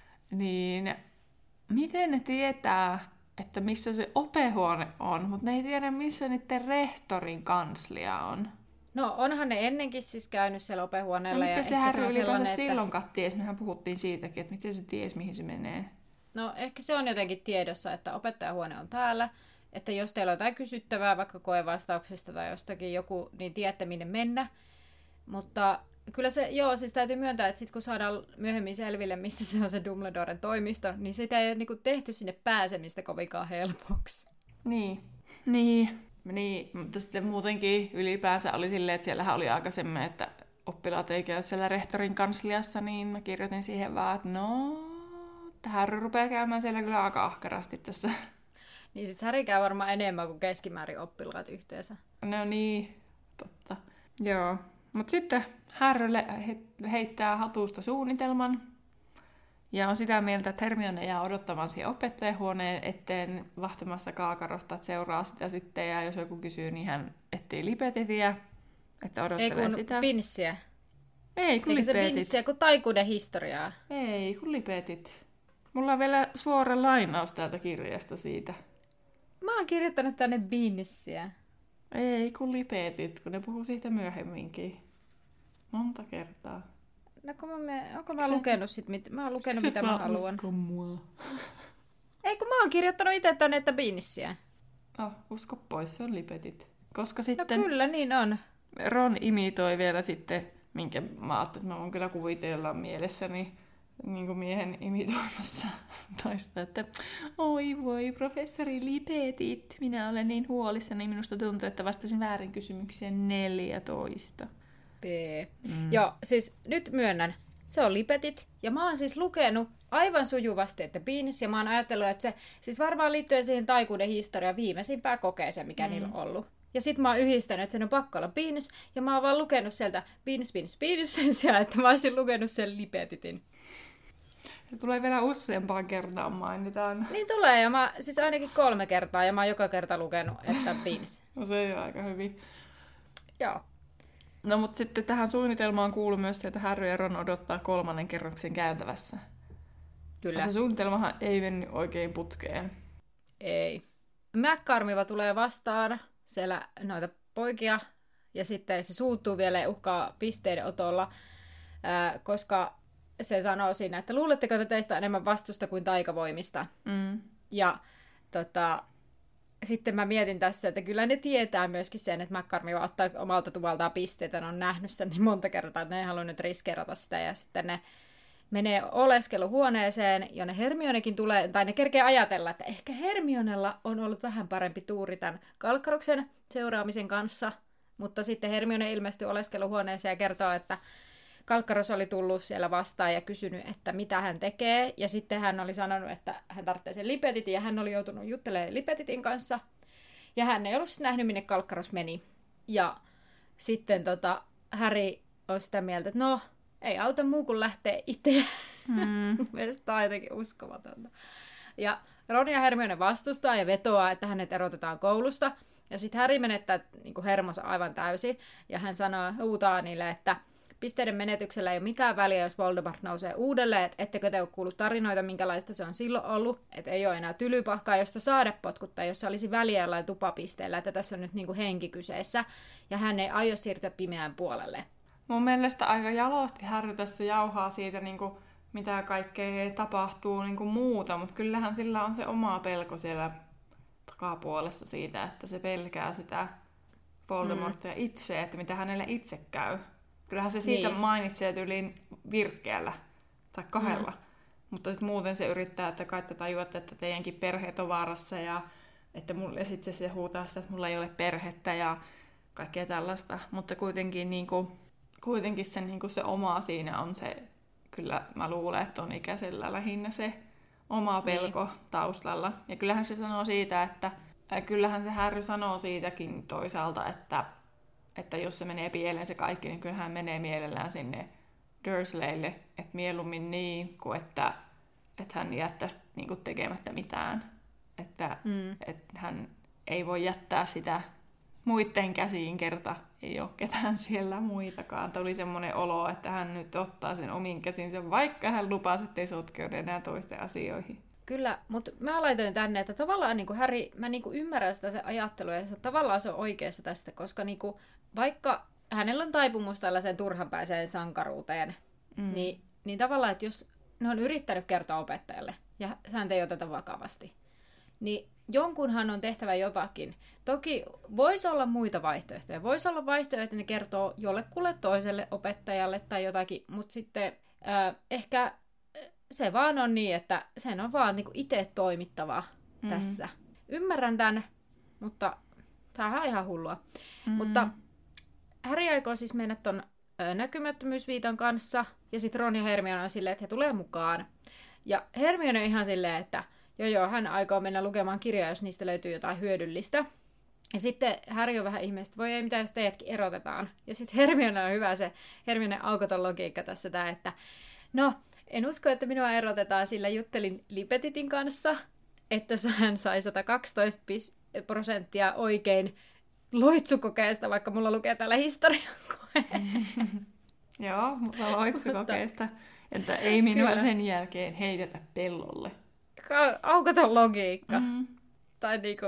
Speaker 2: niin miten ne tietää, että missä se opehuone on, mutta ne ei tiedä, missä niiden rehtorin kanslia on.
Speaker 1: No onhan ne ennenkin siis käynyt siellä opehuoneella.
Speaker 2: No
Speaker 1: ja
Speaker 2: miten se Harry ylipäänsä
Speaker 1: että...
Speaker 2: silloinkaan tiesi? Mehän puhuttiin siitäkin, että miten se tiesi, mihin se menee.
Speaker 1: No ehkä se on jotenkin tiedossa, että opettajahuone on täällä. että jos teillä on jotain kysyttävää vaikka koevastauksista tai jostakin joku, niin tiedätte minne mennä. Mutta kyllä se, joo, siis täytyy myöntää, että sit kun saadaan myöhemmin selville, missä se on se Dumbledoren toimisto, niin sitä ei ole niinku tehty sinne pääsemistä kovinkaan helpoksi.
Speaker 2: Niin. Niin. Niin, mutta sitten muutenkin ylipäänsä oli silleen, että siellähän oli aikaisemmin, että oppilaat ei käy siellä rehtorin kansliassa, niin mä kirjoitin siihen vaan, että no, tähän rupeaa käymään siellä kyllä aika ahkarasti tässä.
Speaker 1: Niin siis Harry käy varmaan enemmän kuin keskimäärin oppilaat yhteensä.
Speaker 2: No niin, totta. Joo, mutta sitten Harry heittää hatusta suunnitelman. Ja on sitä mieltä, että Hermione jää odottamaan siihen opettajahuoneen eteen vahtimassa Kaakarosta, että seuraa sitä sitten. Ja jos joku kysyy, niin hän etsii lipetitiä, että odottelee
Speaker 1: Ei kun
Speaker 2: sitä.
Speaker 1: pinssiä.
Speaker 2: Ei kun
Speaker 1: Eikö
Speaker 2: lipetit.
Speaker 1: se pinssiä kuin taikuuden historiaa?
Speaker 2: Ei kun lipetit. Mulla on vielä suora lainaus täältä kirjasta siitä.
Speaker 1: Mä oon kirjoittanut tänne binnissiä.
Speaker 2: Ei kun lipetit, kun ne puhuu siitä myöhemminkin. Monta kertaa.
Speaker 1: No kun mä, me, onko mä lukenut sit, mit, mä oon lukenut mitä mä haluan.
Speaker 2: Usko mua.
Speaker 1: Ei kun mä oon kirjoittanut itse tänne, että binnissiä.
Speaker 2: No, usko pois, se on lipetit. Koska
Speaker 1: No
Speaker 2: sitten
Speaker 1: kyllä, niin on.
Speaker 2: Ron imitoi vielä sitten, minkä mä ajattelin, että mä voin kyllä kuvitella mielessäni niin kuin miehen imitoimassa toista, että oi voi, professori lipetit, minä olen niin huolissani, minusta tuntuu, että vastasin väärin kysymykseen neljätoista.
Speaker 1: B. Mm. Joo, siis nyt myönnän, se on lipetit, ja mä oon siis lukenut aivan sujuvasti, että biinis, ja mä oon ajatellut, että se siis varmaan liittyen siihen taikuuden historian viimeisimpään kokeeseen, mikä mm. niillä on ollut. Ja sit mä oon yhdistänyt, että sen on pakko olla biinis, ja mä oon vaan lukenut sieltä biinis, biinis, biinis sen sijaan, että mä olisin lukenut sen lipetitin.
Speaker 2: Se tulee vielä useampaan kertaan mainitaan.
Speaker 1: Niin tulee, ja mä siis ainakin kolme kertaa, ja mä oon joka kerta lukenut, että biinis.
Speaker 2: No se ei ole aika hyvin.
Speaker 1: Joo.
Speaker 2: No mutta sitten tähän suunnitelmaan kuuluu myös se, että Harry ja Ron odottaa kolmannen kerroksen kääntävässä.
Speaker 1: Kyllä.
Speaker 2: Se suunnitelmahan ei mennyt oikein putkeen.
Speaker 1: Ei. McCormiva tulee vastaan siellä noita poikia, ja sitten se suuttuu vielä ja uhkaa pisteiden otolla, ää, koska se sanoo siinä, että luuletteko, että teistä on enemmän vastusta kuin taikavoimista.
Speaker 2: Mm.
Speaker 1: Ja tota, sitten mä mietin tässä, että kyllä ne tietää myöskin sen, että McCormiva ottaa omalta tuvaltaan pisteitä, ne on nähnyt sen niin monta kertaa, että ne ei halua nyt riskeerata sitä, ja sitten ne menee oleskeluhuoneeseen, jonne Hermionekin tulee, tai ne kerkee ajatella, että ehkä Hermionella on ollut vähän parempi tuuri tämän Kalkkaroksen seuraamisen kanssa, mutta sitten Hermione ilmestyy oleskeluhuoneeseen ja kertoo, että Kalkkaros oli tullut siellä vastaan ja kysynyt, että mitä hän tekee, ja sitten hän oli sanonut, että hän tarvitsee sen lipetitin, ja hän oli joutunut juttelemaan lipetitin kanssa, ja hän ei ollut nähnyt, minne Kalkkaros meni. Ja sitten tota, Harry on sitä mieltä, että no, ei auta muu kuin lähtee itse. Mm. Mielestäni tämä on jotenkin uskomatonta. Ja Ron ja Hermione vastustaa ja vetoaa, että hänet erotetaan koulusta. Ja sitten Harry menettää niin kuin hermonsa aivan täysin. Ja hän sanoo, huutaa niille, että pisteiden menetyksellä ei ole mitään väliä, jos Voldemort nousee uudelleen. Että ettekö te ole kuullut tarinoita, minkälaista se on silloin ollut. Että ei ole enää tylypahkaa, josta saada potkuttaa, jossa olisi väliä jollain tupapisteellä. Että tässä on nyt niin kuin henki kyseessä. Ja hän ei aio siirtyä pimeään puolelle.
Speaker 2: Mun mielestä aika jalosti Harry tässä jauhaa siitä, niin kuin, mitä kaikkea tapahtuu niin kuin muuta, mutta kyllähän sillä on se oma pelko siellä takapuolessa siitä, että se pelkää sitä Voldemortia mm. itse, että mitä hänelle itse käy. Kyllähän se siitä niin. mainitsee tyyliin virkkeellä tai kahdella, mm. mutta sitten muuten se yrittää, että kai te tajuatte, että teidänkin perheet on vaarassa ja että mulle sitten se huutaa sitä, että mulla ei ole perhettä ja kaikkea tällaista, mutta kuitenkin niin kuin Kuitenkin se, niin kuin se oma siinä on se, kyllä mä luulen, että on ikäisellä lähinnä se oma pelko niin. taustalla. Ja kyllähän se sanoo siitä, että äh, kyllähän se Harry sanoo siitäkin toisaalta, että, että jos se menee pieleen se kaikki, niin kyllähän hän menee mielellään sinne Dursleylle, että mieluummin niin kuin että, että hän jättäisi niin kuin tekemättä mitään. Että, mm. että hän ei voi jättää sitä muiden käsiin kerta. Ei ole ketään siellä muitakaan. Tuli semmoinen olo, että hän nyt ottaa sen omiin käsinsä, vaikka hän lupasi, ettei sotkeudu enää toisten asioihin.
Speaker 1: Kyllä, mutta mä laitoin tänne, että tavallaan niin kuin Harry, mä niin kuin ymmärrän sitä se ajattelu, ja tavallaan se on oikeassa tästä, koska niin kuin, vaikka hänellä on taipumus tällaiseen turhanpäiseen sankaruuteen, mm. niin, niin tavallaan, että jos ne on yrittänyt kertoa opettajalle, ja häntä ei oteta vakavasti, niin jonkunhan on tehtävä jotakin. Toki voisi olla muita vaihtoehtoja. Voisi olla vaihtoehtoja, että ne kertoo jollekulle toiselle opettajalle tai jotakin, mutta sitten äh, ehkä se vaan on niin, että sen on vaan niinku itse toimittava mm. tässä. Ymmärrän tämän, mutta tämähän on ihan hullua. Mm. Mutta Harry aikoo siis mennä ton ö, näkymättömyysviiton kanssa, ja sitten Ron ja Hermione on silleen, että he tulee mukaan. Ja Hermione on ihan silleen, että joo joo, hän aikoo mennä lukemaan kirjaa, jos niistä löytyy jotain hyödyllistä. Ja sitten Harry on vähän ihmeessä, että voi ei mitään, jos teidätkin erotetaan. Ja sitten Hermione on hyvä se, Hermione aukoton logiikka tässä tää, että no, en usko, että minua erotetaan, sillä juttelin Lipetitin kanssa, että hän sai sata kaksitoista prosenttia oikein loitsukokeesta, vaikka mulla lukee täällä historian koe.
Speaker 2: Joo, mutta loitsukokeesta, että ei minua Kyllä. sen jälkeen heitetä pellolle.
Speaker 1: Aukoton logiikka. Mm. Tai niinku...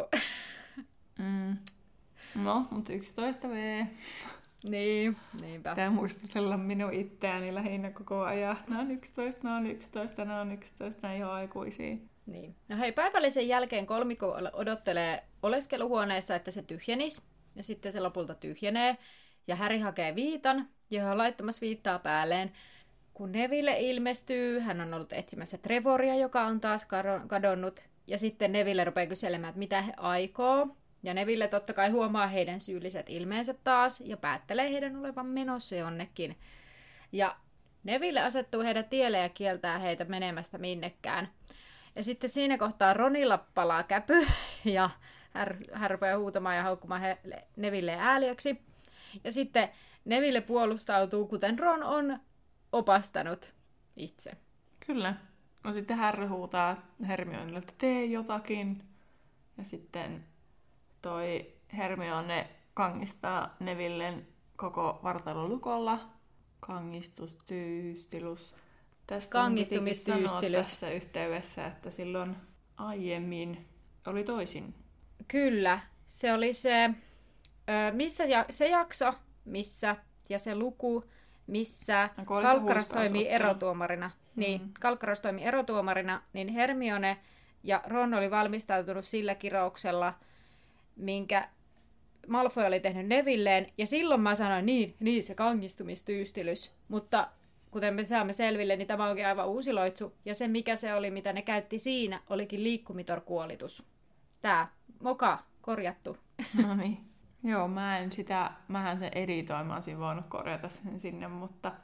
Speaker 2: mm. No, mutta yksitoista vuotta.
Speaker 1: Niin, niinpä.
Speaker 2: Pitää muistutella minun itseäni lähinnä koko ajan. Nämä on yksitoista, nämä on yksitoista, nämä on yksitoista, nämä ei ole aikuisia.
Speaker 1: Niin. No hei, päivällisen jälkeen kolmikko odottelee oleskeluhuoneessa, että se tyhjenisi. Ja sitten se lopulta tyhjenee. Ja Harry hakee viitan, johon on laittamassa viittaa päälleen. Kun Neville ilmestyy, hän on ollut etsimässä Trevoria, joka on taas kadonnut. Ja sitten Neville rupeaa kyselemään, että mitä he aikoo. Ja Neville totta kai huomaa heidän syylliset ilmeensä taas ja päättelee heidän olevan menossa jonnekin. Ja Neville asettuu heidän tielle ja kieltää heitä menemästä minnekään. Ja sitten siinä kohtaa Ronilla palaa käpy ja hän, hän rupeaa huutamaan ja haukkumaan he, Neville ääliöksi. Ja sitten Neville puolustautuu, kuten Ron on opastanut itse.
Speaker 2: Kyllä. No sitten Harry huutaa Hermionelle, että tee jotakin. Ja sitten toi Hermione kangistaa Nevillen koko vartalon lukolla. Kangistustyystilus. Tästä
Speaker 1: Kangistumistyystilus.
Speaker 2: Tässä yhteydessä, että silloin aiemmin oli toisin.
Speaker 1: Kyllä. Se oli se, missä ja, se jakso, missä ja se luku, missä no, Kalkkaros toimii erotuomarina. Mm-hmm. Niin, Kalkkaros toimii erotuomarina, niin Hermione ja Ron oli valmistautunut sillä kirouksella, minkä Malfoy oli tehnyt Nevilleen, ja silloin mä sanoin, niin, niin se kangistumistyystilys. Mutta kuten me saamme selville, niin tämä onkin aivan uusi loitsu, ja se mikä se oli, mitä ne käytti siinä, olikin liikkumitorkuolitus. Tää, moka, korjattu.
Speaker 2: No niin. Joo, mä en sitä, mähän sen editoin, mä olisin voinut korjata sen sinne, mutta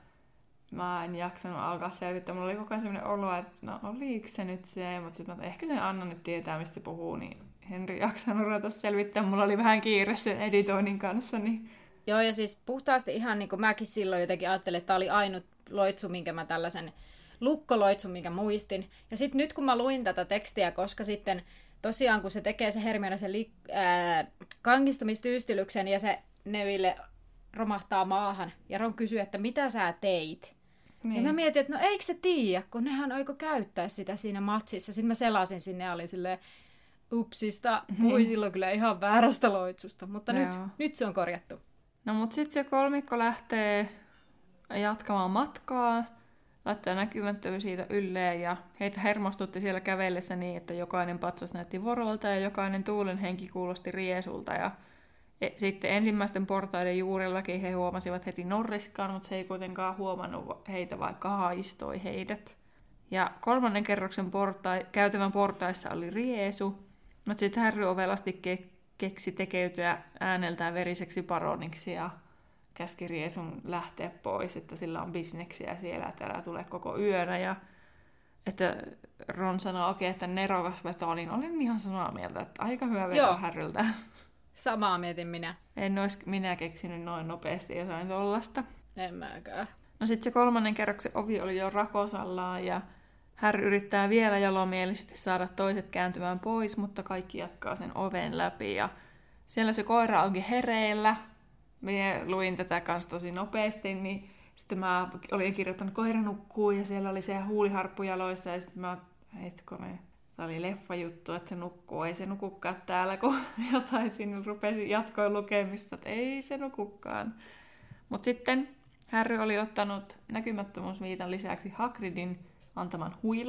Speaker 2: mä en jaksanut alkaa selvittää. Mulla oli koko ajan sellainen olo, että no oliiko se nyt se, mutta sitten ehkä sen Anna nyt tietää, mistä se puhuu, niin Henri jaksanut ruveta selvittää. Mulla oli vähän kiire sen editoinnin kanssa. Niin...
Speaker 1: Joo, ja siis puhtaasti ihan niin kuin mäkin silloin jotenkin ajattelin, että tämä oli ainut loitsu, minkä mä tällaisen lukkoloitsu, minkä muistin. Ja sitten nyt kun mä luin tätä tekstiä, koska sitten tosiaan kun se tekee se Hermione sen li- ää, kangistumistyystilyksen ja se Neville romahtaa maahan ja Ron kysyy, että mitä sä teit? Niin. Ja mä mietin, että no eikö se tiedä, kun nehän aiko käyttää sitä siinä matsissa. Sitten mä selasin sinne ja olin silleen, upsista, puhui silloin kyllä ihan väärästä loitsusta, mutta nyt, nyt se on korjattu.
Speaker 2: No mut sit se kolmikko lähtee jatkamaan matkaa, laittaa näkymättömyys siitä ylleen ja heitä hermostutti siellä kävellessä niin, että jokainen patsas näytti vorolta ja jokainen tuulen henki kuulosti riesulta ja sitten ensimmäisten portaiden juurellakin he huomasivat heti Norriskaan, mutta se ei kuitenkaan huomannut heitä, vaikka haistoi heidät. Ja kolmannen kerroksen portai, käytävän portaissa oli riesu, mutta sitten Harry ovelasti ke- keksi tekeytyä ääneltään veriseksi baroniksi ja käski riesun lähteä pois, että sillä on bisneksiä siellä, että älä tule koko yönä. Ja että Ron sanoi oikein, että nerokas veto, niin olin ihan samaa mieltä, että aika hyvä veto Harryltä.
Speaker 1: Samaa mietin minä.
Speaker 2: En olisi minä keksinyt noin nopeasti jotain tollasta.
Speaker 1: En mäkään.
Speaker 2: No sitten se kolmannen kerroksen ovi oli jo rakosallaan ja Harry yrittää vielä jalomielisesti saada toiset kääntymään pois, mutta kaikki jatkaa sen oven läpi ja siellä se koira onkin hereillä. Minä luin tätä kanssa tosi nopeasti, niin sitten mä olin kirjoittanut koira nukkuu ja siellä oli se huuliharppu jaloissa ja sitten mä, hetkone, tämä oli leffajuttu, että se nukkuu, ei se nukukaan täällä, kun jotain sinne rupesi jatkoin lukemista, että ei se nukukaan. Mutta sitten Harry oli ottanut näkymättömyysviitan lisäksi Hagridin antaman huilun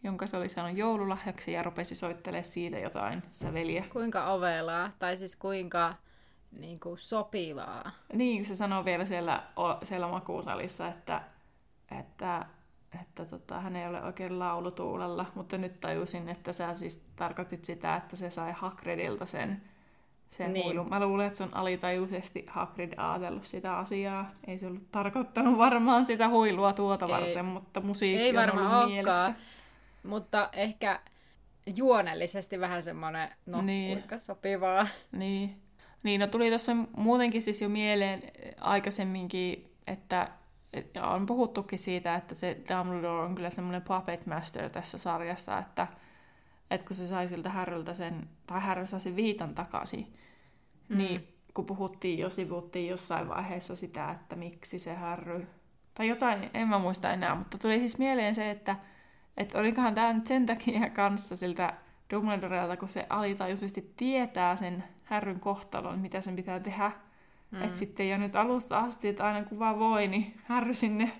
Speaker 2: jonka se oli saanut joululahjaksi ja rupesi soittelemaan siitä jotain säveliä.
Speaker 1: Kuinka ovelaa, tai siis kuinka niin kuin sopivaa.
Speaker 2: Niin, se sanoi vielä siellä, siellä makuusalissa, että, että, että tota, hän ei ole oikein laulutuulella, mutta nyt tajusin, että sä siis tarkoitit sitä, että se sai Hagridilta sen, sen
Speaker 1: niin.
Speaker 2: huilun. Mä luulen, että se on alitajuisesti Hagrid ajatellut sitä asiaa. Ei se ollut tarkoittanut varmaan sitä huilua tuota ei. varten, mutta musiikki
Speaker 1: ei
Speaker 2: on ollut
Speaker 1: olekaan,
Speaker 2: mielessä.
Speaker 1: Mutta ehkä juonellisesti vähän semmoinen, no niin. kuinka sopivaa.
Speaker 2: Niin. Niin, no tuli tuossa muutenkin siis jo mieleen aikaisemminkin, että ja on puhuttukin siitä, että se Dumbledore on kyllä semmoinen puppet master tässä sarjassa, että, että kun se sai siltä Harryltä sen, tai Harry sai sen viitan takaisin, mm. niin kun puhuttiin jo, sivuttiin jossain vaiheessa sitä, että miksi se Harry, tai jotain, en mä muista enää, mutta tuli siis mieleen se, että, että olikohan tämä nyt sen takia kanssa siltä Dumbledorelta, kun se alitajuisesti tietää sen Harryn kohtalon, mitä sen pitää tehdä. Mm. Että sitten jo nyt alusta asti, että aina kun vaan voi, niin Harry sinne,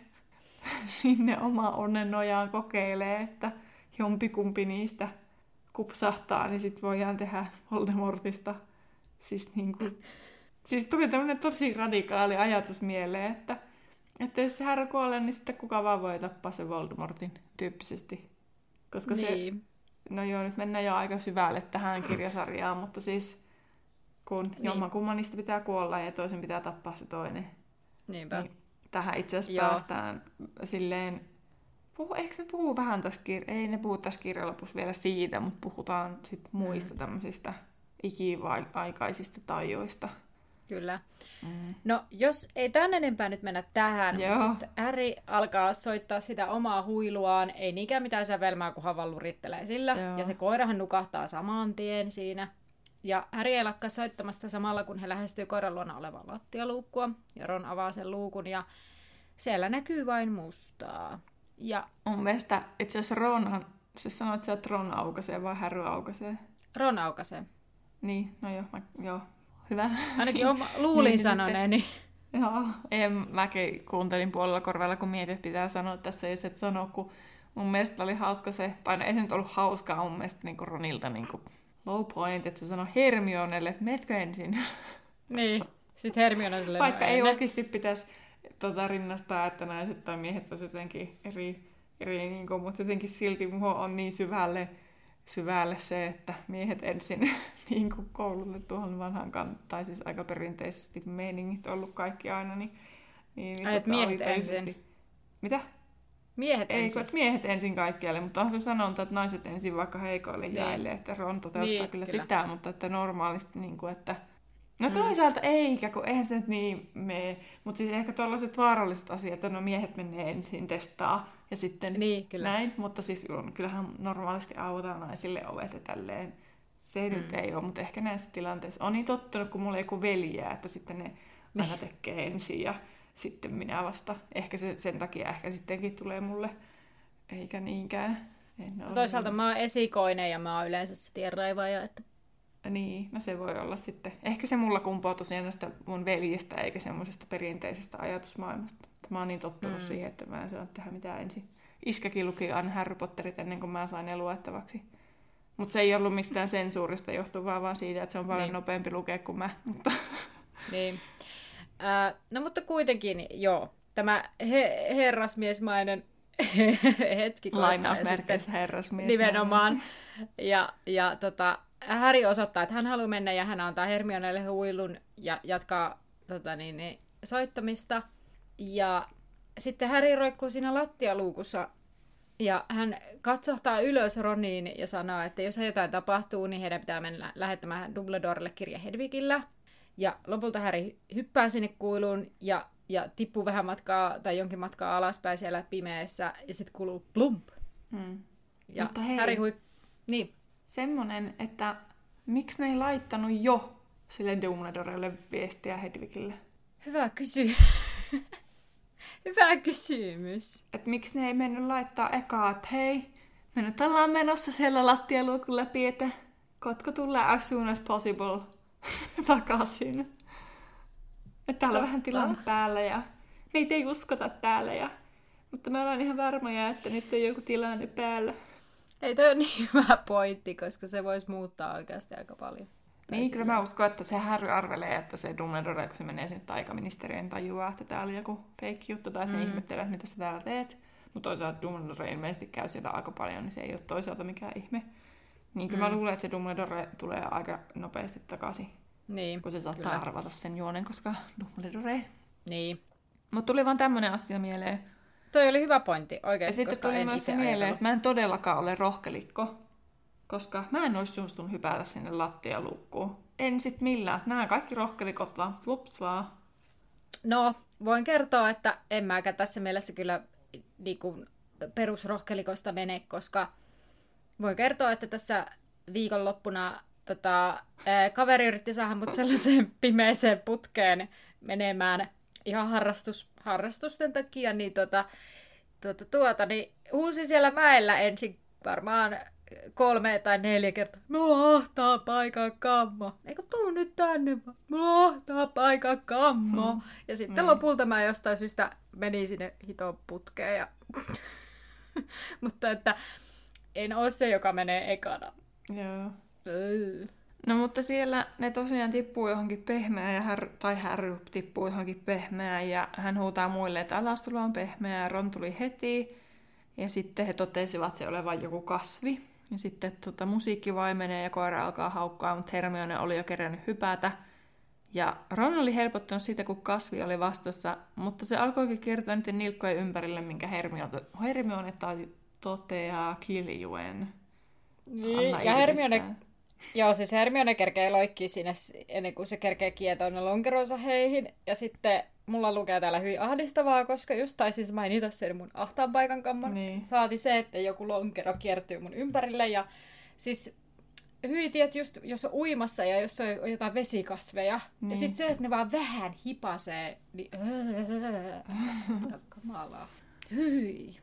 Speaker 2: sinne oma onnen nojaan kokeilee, että jompikumpi niistä kupsahtaa, niin sitten voidaan tehdä Voldemortista. Siis, niin kuin, siis tuli tämmöinen tosi radikaali ajatus mieleen, että, että jos se Harry kuolee, niin sitten kuka vaan voi tappaa sen Voldemortin tyyppisesti. Koska niin. se... No joo, nyt mennään jo aika syvälle tähän kirjasarjaan, mutta siis kun niin. jommankumman niistä pitää kuolla ja toisen pitää tappaa se toinen.
Speaker 1: Niinpä. Niin
Speaker 2: tähän itse asiassa joo. päästään silleen, puhu, eikö ne puhu vähän tässä kirjassa, ei ne puhu tässä kirjan lopussa vielä siitä, mutta puhutaan sit muista mm. tämmöisistä ikiaikaisista tajoista.
Speaker 1: Kyllä. Mm. No, jos ei tän enempää nyt mennä tähän, joo. mutta sitten Harry alkaa soittaa sitä omaa huiluaan, ei niinkään mitään sävelmää, kun Havallu rittelee sillä. Joo. Ja se koirahan nukahtaa saman tien siinä. Ja Harry ei lakkaa soittamasta samalla, kun he lähestyy koiran luona olevaa lattialuukkua. Ja Ron avaa sen luukun ja siellä näkyy vain mustaa. Ja
Speaker 2: mun mielestä itse asiassa Ronhan, se sanoo, että se Ron aukaisee vai Harry aukaisee?
Speaker 1: Ron aukaisee.
Speaker 2: Niin, no joo, mä, joo. Hyvä.
Speaker 1: Ainakin oma, luulin niin, sanoneeni.
Speaker 2: Joo, en, mäkin kuuntelin puolella korvalla, kun mietin, että pitää sanoa tässä, jos et sano, kun mun mielestä oli hauska se, tai no, ei se nyt ollut hauskaa mun mielestä niin Ronilta niin low point, että se sanoi Hermionelle, että meetkö ensin?
Speaker 1: Niin, sitten Hermione silleen.
Speaker 2: Vaikka ei oikeasti pitäisi tota, rinnastaa, että naiset tai miehet olisivat jotenkin eri, eri niin kuin, mutta jotenkin silti mua on niin syvälle, syvälle se, että miehet ensin niin kuin koululle tuohon vanhaan kan- tai siis aika perinteisesti meiningit on ollut kaikki aina, niin, niin
Speaker 1: Ai, tota, miehet ensin.
Speaker 2: Mitä?
Speaker 1: Miehet
Speaker 2: Ei,
Speaker 1: ensin.
Speaker 2: Ei, miehet ensin kaikkialle, mutta on se sanonta, että naiset ensin vaikka heikoille niin. jäille, että Ron toteuttaa niin, kyllä, kyllä sitä, mutta että normaalisti, niin kuin, että no toisaalta mm. eikä, kun eihän se nyt niin mene, mutta siis ehkä tuollaiset vaaralliset asiat, että no miehet menee ensin testaa ja sitten niin, kyllä. näin, mutta siis kyllähän normaalisti autaan naisille ovet ja tälleen. Se mm. nyt ei ole, mutta ehkä näissä tilanteissa on niin tottunut, kun mulla ei joku veljeä, että sitten ne aina tekee ensin ja sitten minä vasta. Ehkä se, sen takia ehkä sittenkin tulee mulle, eikä niinkään. En
Speaker 1: toisaalta niin. Mä oon esikoinen ja mä oon yleensä se tienraivaaja. Että...
Speaker 2: Niin, no se voi olla sitten. Ehkä se mulla kumpaa tosiaan näistä mun veljestä eikä semmoisesta perinteisestä ajatusmaailmasta. Mä oon niin tottunut mm. siihen, että mä en saa tehdä mitään ensin. Iskäkin luki aina Harry Potterit ennen kuin mä sain ne luettavaksi. Mutta se ei ollut mistään sensuurista johtuvaa, vaan siitä, että se on paljon niin. nopeampi lukea kuin mä. Mutta... Niin.
Speaker 1: Uh, no mutta kuitenkin, joo, tämä he- herrasmiesmainen hetki.
Speaker 2: Lainausmerkeissä herrasmiesmainen.
Speaker 1: Nimenomaan. Ja, ja tota, Harry osoittaa, että hän haluaa mennä ja hän antaa Hermionelle huilun ja jatkaa tota, niin, niin, soittamista. Ja sitten Harry roikkuu siinä lattialuukussa ja hän katsahtaa ylös Roniin ja sanoo, että jos jotain tapahtuu, niin heidän pitää mennä lähettämään Dumbledorelle kirja Hedwigillä. Ja lopulta Harry hyppää sinne kuiluun ja, ja tippuu vähän matkaa tai jonkin matkaa alaspäin siellä pimeässä ja sitten kuuluu plump.
Speaker 2: Hmm.
Speaker 1: Ja
Speaker 2: mutta hei,
Speaker 1: Harry hui... Niin.
Speaker 2: Semmonen, että miksi ne ei laittanut jo sille Dumbledorelle viestiä Hedwigille?
Speaker 1: Hyvä kysy. Hyvä kysymys.
Speaker 2: Että miksi ne ei mennyt laittaa ekaa, että hei, me nyt ollaan menossa siellä lattialuukun läpi, että kotka tulee as soon as possible takaisin. Että täällä on vähän tilanne päällä ja meitä ei uskota täällä. Ja... Mutta me ollaan ihan varmoja, että nyt on joku tilanne päällä.
Speaker 1: Ei toi ole niin hyvä pointti, koska se voisi muuttaa oikeasti aika paljon.
Speaker 2: Niin, kyllä mä uskon, että se Harry arvelee, että se Dumbledore, kun se menee sinne taikaministeriöön, tajuaa, että tää oli joku fake juttu, tai että mm. ne ihmettelee, että mitä sä täällä teet. Mutta toisaalta Dumbledore ilmeisesti käy siellä aika paljon, niin se ei ole toisaalta mikään ihme. Niin kyllä mm. mä luulen, että se Dumbledore tulee aika nopeasti takaisin.
Speaker 1: Niin,
Speaker 2: kun se saattaa kyllä arvata sen juonen, koska Dumbledore.
Speaker 1: Niin.
Speaker 2: Mutta tuli vaan tämmönen asia mieleen.
Speaker 1: Toi oli hyvä pointti oikeasti,
Speaker 2: ja sitten tuli myös se mieleen, että mä en todellakaan ole rohkelikko, koska mä en olisi suostunut hypätä sinne lattialuukkuun. En sit millään. Nämä kaikki rohkelikot vaan flups vaan.
Speaker 1: No, voin kertoa, että en mäkään tässä mielessä kyllä niin kuin perusrohkelikosta mene, koska voin kertoa, että tässä viikonloppuna tota, ää, kaveri yritti saada mut sellaiseen pimeeseen putkeen menemään ihan harrastus, harrastusten takia, niin, tota, tuota, tuota, niin huusi siellä mäellä ensin varmaan kolme tai neljä kertaa. Mulla ahtaa paikan kammo. Eikö tuu nyt tänne vaan? Mulla ahtaa paikan kammo. Hmm. Ja sitten hmm. lopulta mä jostain syystä menin sinne hitoon putkeen. Ja... Mutta että en ole se, joka menee ekana.
Speaker 2: Joo. No mutta siellä ne tosiaan tippuu johonkin pehmeään, ja Harry, tai Harry tippuu johonkin pehmeään, ja hän huutaa muille, että alastulo on pehmeää, ja Ron tuli heti, ja sitten he totesivat se olevan joku kasvi, ja sitten tota, musiikki vaimenee, ja koira alkaa haukkaa, mutta Hermione oli jo kerännyt hypätä, ja Ron oli helpottunut siitä, kun kasvi oli vastassa, mutta se alkoikin kiertää niiden nilkkojen ympärille, minkä Hermione, Hermione toteaa kiljuen.
Speaker 1: Niin, ja Hermione... Joo, siis Hermione kerkee loikkiin sinne ennen kuin se kerkee kietoa ne lonkeronsa heihin. Ja sitten mulla lukee täällä hyvin ahdistavaa, koska just taisin mainita sen mun ahtaan paikan kamman. Niin. Saati se, että joku lonkero kiertyy mun ympärille. Ja siis hyvin tiedät just, jos on uimassa ja jos on jotain vesikasveja. Niin. Ja sitten se, että ne vaan vähän hipasee. Niin kamalaa. Hyi.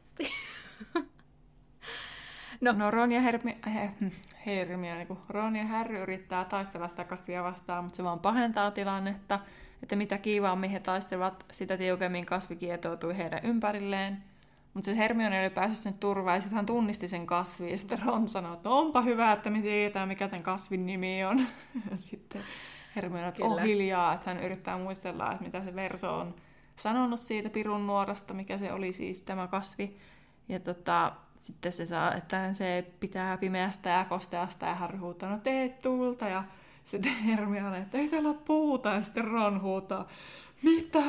Speaker 2: No, no Ron ja Hermi... He, Hermione, kun Ron ja Harry yrittää taistella sitä kasvia vastaan, mutta se vaan pahentaa tilannetta, että mitä kiivaammin he taistelevat, sitä tiukemmin kasvi kietoutui heidän ympärilleen. Mutta se Hermione oli päässyt sen turvaan, ja sitten hän tunnisti sen kasvin, ja sitten Ron sanoi, että onpa hyvä, että me tiedetään, mikä tämän kasvin nimi on. Ja sitten Hermione on hiljaa, että hän yrittää muistella, että mitä se Verso on sanonut siitä pirun nuorasta, mikä se oli siis tämä kasvi. Ja tota... Sitten se saa, että se pitää pimeästä ja kosteasta, ja Harry huutaa, no tee tuulta, ja sitten Hermione, että ei täällä puuta, ja sitten Ron huutaa, mitä?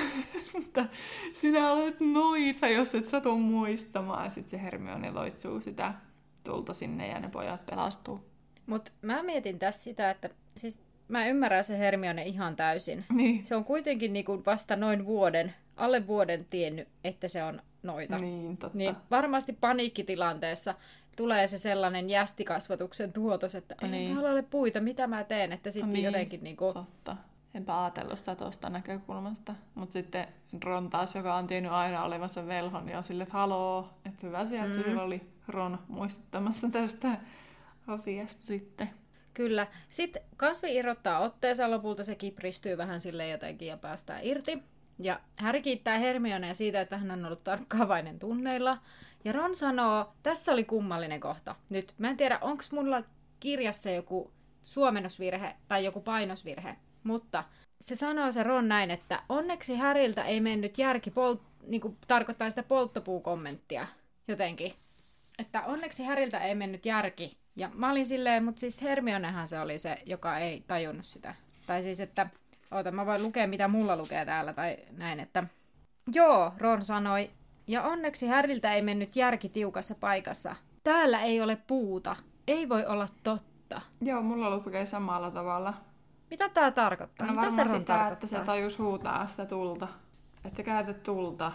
Speaker 2: Sinä olet noita, jos et satu muistamaan. Ja sitten se Hermione loitsuu sitä tulta sinne, ja ne pojat pelastuu.
Speaker 1: Mut mä mietin tässä sitä, että siis mä ymmärrän se Hermione ihan täysin.
Speaker 2: Niin.
Speaker 1: Se on kuitenkin niinku vasta noin vuoden, alle vuoden tiennyt, että se on noita.
Speaker 2: Niin, totta.
Speaker 1: Niin varmasti paniikkitilanteessa tulee se sellainen jästikasvatuksen tuotos, että ei niin. täällä ole puita, mitä mä teen, että sitten niin. jotenkin niinku...
Speaker 2: Totta. Enpä ajatellut sitä tuosta näkökulmasta. Mutta sitten Ron taas, joka on tiennyt aina olevansa velhon, niin on silleen, että haloo, että hyvä sieltä, mm. siellä oli Ron muistuttamassa tästä asiasta sitten.
Speaker 1: Kyllä. Sitten kasvi irrottaa otteensa, lopulta se kipristyy vähän silleen jotenkin ja päästään irti. Ja Harry kiittää Hermionea siitä, että hän on ollut tarkkaavainen tunneilla. Ja Ron sanoo, tässä oli kummallinen kohta. Nyt, mä en tiedä, onko mulla kirjassa joku suomennosvirhe tai joku painosvirhe, mutta se sanoo se Ron näin, että onneksi Harryltä ei mennyt järki, pol- niin kuin tarkoittaa sitä polttopuukommenttia jotenkin. Että onneksi Harryltä ei mennyt järki. Ja mä olin silleen, mutta siis Hermionehan se oli se, joka ei tajunnut sitä. Tai siis, että... Oota, mä voin lukea, mitä mulla lukee täällä, tai näin, että... Joo, Ron sanoi, ja onneksi Harryltä ei mennyt järki tiukassa paikassa. Täällä ei ole puuta. Ei voi olla totta.
Speaker 2: Joo, mulla lukee samalla tavalla.
Speaker 1: Mitä tää tarkoittaa?
Speaker 2: No
Speaker 1: mitä
Speaker 2: varmaan
Speaker 1: se
Speaker 2: sitä,
Speaker 1: tarkoittaa?
Speaker 2: Että se tajus huutaa sitä tulta. Että käytä tulta.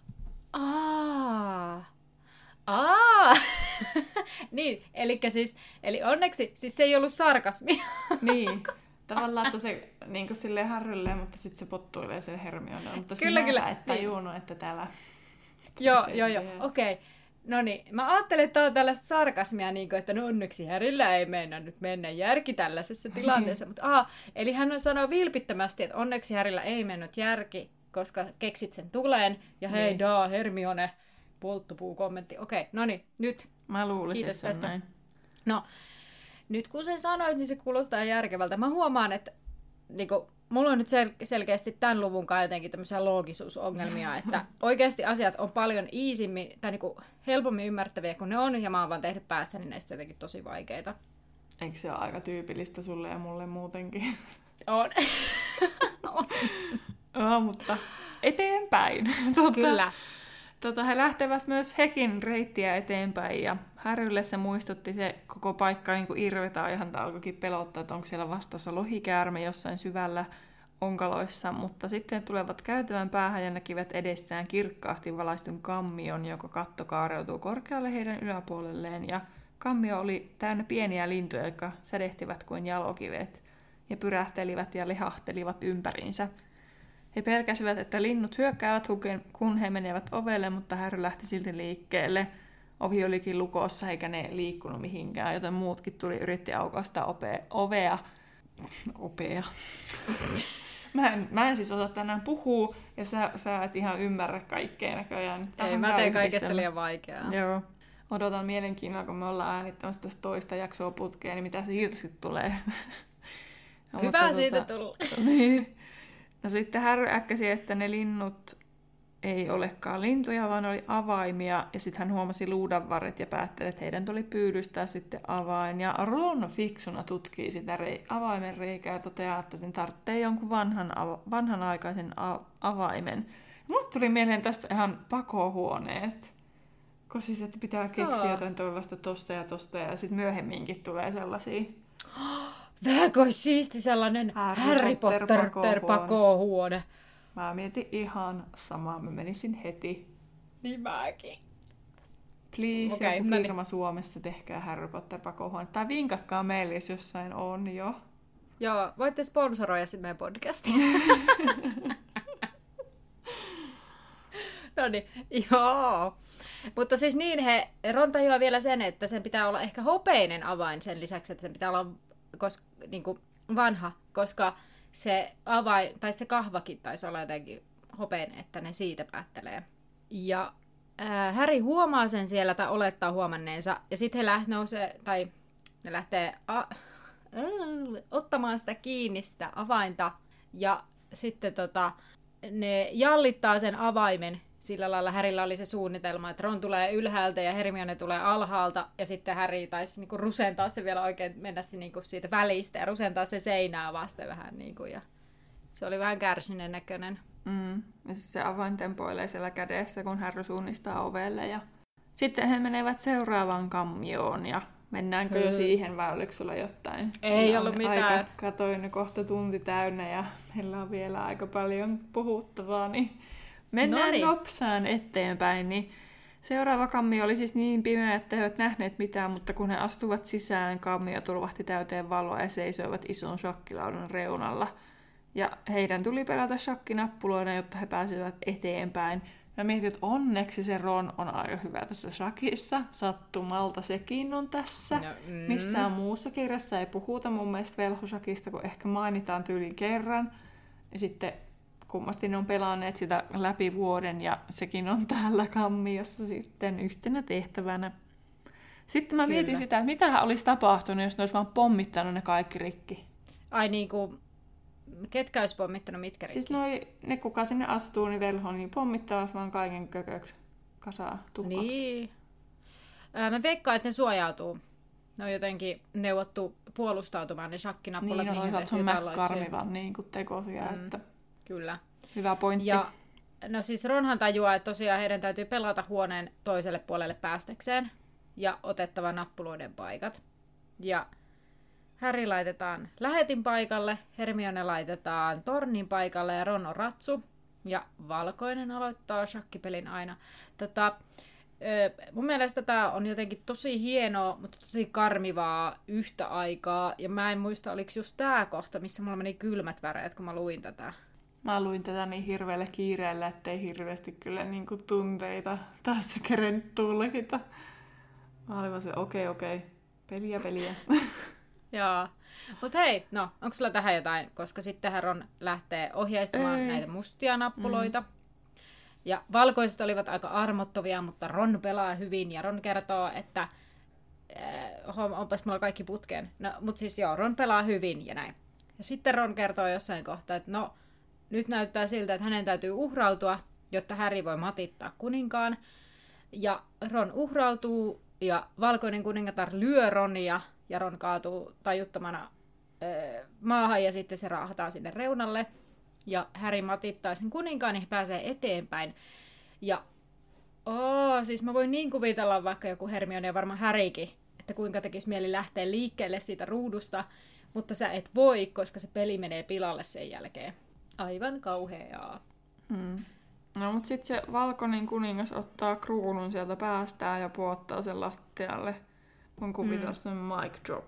Speaker 1: Aa. Aa. Niin, eli siis, eli onneksi, siis se ei ollut sarkasmia.
Speaker 2: Niin. Tavallaan, että se niin kuin silleen Harrylle, mutta sitten se pottuilee sen Hermione. Mutta
Speaker 1: kyllä,
Speaker 2: sinä
Speaker 1: kyllä.
Speaker 2: et tajunnut, niin. että täällä...
Speaker 1: Joo, joo, joo. Okei. Okay. No niin, mä ajattelin, että tää on tällaista sarkasmia, niin kuin, että no onneksi Harryllä ei mennä nyt mennä järki tällaisessa tilanteessa. Mutta aha, eli hän sanoo vilpittömästi, että onneksi Harryllä ei mennyt järki, koska keksit sen tuleen. Ja hei, niin. daa, Hermione, polttopuu-kommentti. Okei, okay, no niin, nyt.
Speaker 2: Mä luulisin,
Speaker 1: Kiitos
Speaker 2: että se on
Speaker 1: tästä.
Speaker 2: näin.
Speaker 1: No, nyt kun sen sanoit, niin se kuulostaa järkevältä. Mä huomaan, että niinku, mulla on nyt sel- selkeästi tämän luvun kanssa jotenkin tämmöisiä loogisuusongelmia, että oikeasti asiat on paljon easimmin, tai niinku helpommin ymmärtäviä kuin ne on, ja mä oon vaan tehnyt päässäni näistä jotenkin tosi vaikeita.
Speaker 2: Eikö se ole aika tyypillistä sulle ja mulle muutenkin?
Speaker 1: On. on.
Speaker 2: Joo, mutta eteenpäin. Tuota,
Speaker 1: Kyllä.
Speaker 2: Tota, he lähtevät myös hekin reittiä eteenpäin ja Harrylle se muistutti se koko paikka niin kuin irvetä ihan alkoikin pelottaa, että onko siellä vastassa lohikäärme jossain syvällä onkaloissa, mutta sitten tulevat käytävän päähän ja näkivät edessään kirkkaasti valaistun kammion, joka katto kaareutuu korkealle heidän yläpuolelleen ja kammio oli täynnä pieniä lintuja, jotka sädehtivät kuin jalokivet ja pyrähtelivät ja lehahtelivat ympäriinsä. He pelkäsivät, että linnut hyökkäävät, kun he menevät ovelle, mutta Harry lähti silti liikkeelle. Ovi olikin lukossa, eikä ne liikkunut mihinkään, joten muutkin tuli yritti aukaista opea, ovea. Opea. Mä en, mä en siis osaa tänään puhua, ja sä, sä et ihan ymmärrä kaikkea näköjään. Tämä
Speaker 1: Ei, mä teen kaikesta liian vaikeaa.
Speaker 2: Joo. Odotan mielenkiinnolla, kun me ollaan äänittämässä tästä toista jaksoa putkeen, niin mitä siitä sitten tulee. No,
Speaker 1: hyvä
Speaker 2: mutta,
Speaker 1: siitä
Speaker 2: tota,
Speaker 1: tullut.
Speaker 2: Niin. No sitten Harry äkkäsi, että ne linnut ei olekaan lintuja, vaan oli avaimia. Ja sitten hän huomasi luudanvarret ja päätteli, että heidän tuli pyydystää sitten avain. Ja Ron fiksuna tutkii sitä rei- avaimen reikää ja toteaa, että sen tarvitsee jonkun vanhan ava- vanhanaikaisen a- avaimen. Mulle tuli mieleen tästä ihan pakohuoneet. Kun siis, että pitää keksiä
Speaker 1: Joo.
Speaker 2: jotain tuollaista tosta ja tosta ja sitten myöhemminkin tulee sellaisia.
Speaker 1: Vähänkö olisi siisti sellainen
Speaker 2: Harry
Speaker 1: Harry
Speaker 2: Potter
Speaker 1: Potter
Speaker 2: pakohuone.
Speaker 1: pakohuone.
Speaker 2: Mä mietin ihan samaa, mä menisin heti.
Speaker 1: Niin mäkin.
Speaker 2: Please,
Speaker 1: Okei,
Speaker 2: joku
Speaker 1: no
Speaker 2: firma Suomessa, tehkää Harry Potter pakohuone. Tai vinkatkaa meille, jos jossain on jo.
Speaker 1: Joo, voitte sponsoroida sitten meidän podcastiin. No niin, joo. Mutta siis niin, he, Ron tajuaa vielä sen, että sen pitää olla ehkä hopeinen avain sen lisäksi, että sen pitää olla kos, niin kuin vanha, koska se avain, tai se kahvakin taisi olla jotenkin hopeinen, että ne siitä päättelee. Ja ää, Harry huomaa sen siellä, tai olettaa huomanneensa, ja sitten he lähtee nousee, tai ne lähtee a, ä, ottamaan sitä kiinni, sitä avainta, ja sitten tota, ne jallittaa sen avaimen. Sillä lailla Harryllä oli se suunnitelma, että Ron tulee ylhäältä ja Hermione tulee alhaalta, ja sitten Harry taisi niinku rusentaa se vielä oikein, mennä se niinku siitä välistä ja rusentaa se seinää vasten vähän. Niinku, ja se oli vähän kärsineen näköinen.
Speaker 2: Mm. Ja sitten se avain tempoilee siellä kädessä, kun Harry suunnistaa ovelle. Ja sitten he menevät seuraavaan kammioon ja mennäänkö jo
Speaker 1: Hmm.
Speaker 2: siihen vai oliko sulla jotain?
Speaker 1: Ei
Speaker 2: Meillä
Speaker 1: ollut
Speaker 2: on
Speaker 1: mitään.
Speaker 2: Aika, katoin kohta tunti täynnä ja meillä on vielä aika paljon puhuttavaa, niin mennään
Speaker 1: Noniin.
Speaker 2: nopsaan eteenpäin. Niin seuraava kammio oli siis niin pimeä, että he eivät nähneet mitään, mutta kun he astuvat sisään, kammio turvahti täyteen valoa ja seisoivat ison shakkilaudan reunalla. Ja heidän tuli pelata shakkinappuloina, jotta he pääsivät eteenpäin. Mä mietin, että onneksi se Ron on aika hyvä tässä shakissa. Sattumalta sekin on tässä.
Speaker 1: No, mm.
Speaker 2: Missään muussa kirjassa ei puhuta mun mielestä velhoshakista, kun ehkä mainitaan tyyliin kerran. Ja sitten kummasti ne on pelanneet sitä läpi vuoden ja sekin on täällä kammiossa sitten yhtenä tehtävänä. Sitten mä
Speaker 1: Kyllä.
Speaker 2: mietin sitä, että mitähän olisi tapahtunut, jos ne olisi vaan pommittanut ne kaikki rikki.
Speaker 1: Ai niinku, ketkä olisi pommittanut mitkä rikki?
Speaker 2: Siis noi, ne kuka sinne astuu, niin velho, niin pommittavat vaan kaiken kököksi kasaa tuhkaksi.
Speaker 1: Niin. Ää, mä veikkaan, että ne suojautuu. Ne on jotenkin neuvottu puolustautumaan ne shakkinappulat.
Speaker 2: Niin, no
Speaker 1: niihin
Speaker 2: toisaalta se on
Speaker 1: tehty jotain
Speaker 2: McCarmivan niin kuin tekosia,
Speaker 1: Mm.
Speaker 2: että
Speaker 1: Kyllä.
Speaker 2: hyvä pointti.
Speaker 1: Ja no siis Ronhan tajuaa, että tosiaan heidän täytyy pelata huoneen toiselle puolelle päästäkseen ja otettava nappuloiden paikat. Ja Harry laitetaan lähetin paikalle, Hermione laitetaan tornin paikalle ja Ron on ratsu. Ja valkoinen aloittaa shakkipelin aina. Tota, mun mielestä tämä on jotenkin tosi hienoa, mutta tosi karmivaa yhtä aikaa. Ja mä en muista, oliko just tää kohta, missä mulla meni kylmät väreet, kun mä luin tätä.
Speaker 2: Mä luin tätä niin hirveällä kiireellä, ettei hirveästi kyllä niin kuin tunteita tässä kerennyt tulkita. Mä olin vaan se, okei, okay, okei, okay. peliä, peliä.
Speaker 1: Joo. Mut hei, no, onko sulla tähän jotain? Koska sittenhän Ron lähtee ohjeistamaan
Speaker 2: Ei.
Speaker 1: näitä mustia nappuloita. Mm. Ja valkoiset olivat aika armottovia, mutta Ron pelaa hyvin ja Ron kertoo, että äh, onpas mulla kaikki putkeen. No, mutta siis joo, Ron pelaa hyvin ja näin. Ja sitten Ron kertoo jossain kohtaa, että no, nyt näyttää siltä, että hänen täytyy uhrautua, jotta Harry voi matittaa kuninkaan. Ja Ron uhrautuu ja valkoinen kuningatar lyö Ronia ja Ron kaatuu tajuttomana öö, maahan ja sitten se raahataan sinne reunalle. Ja Harry matittaa sen kuninkaan, niin he pääsee eteenpäin. Ja oo, siis mä voin niin kuvitella vaikka joku Hermione ja varmaan Harrykin, että kuinka tekisi mieli lähteä liikkeelle siitä ruudusta, mutta sä et voi, koska se peli menee pilalle sen jälkeen. Aivan kauheaa.
Speaker 2: Hmm. No, mutta sitten se valkoinen kuningas ottaa kruunun sieltä päästään ja puottaa sen lattialle. Voin kuvitella mm. sen mic drop.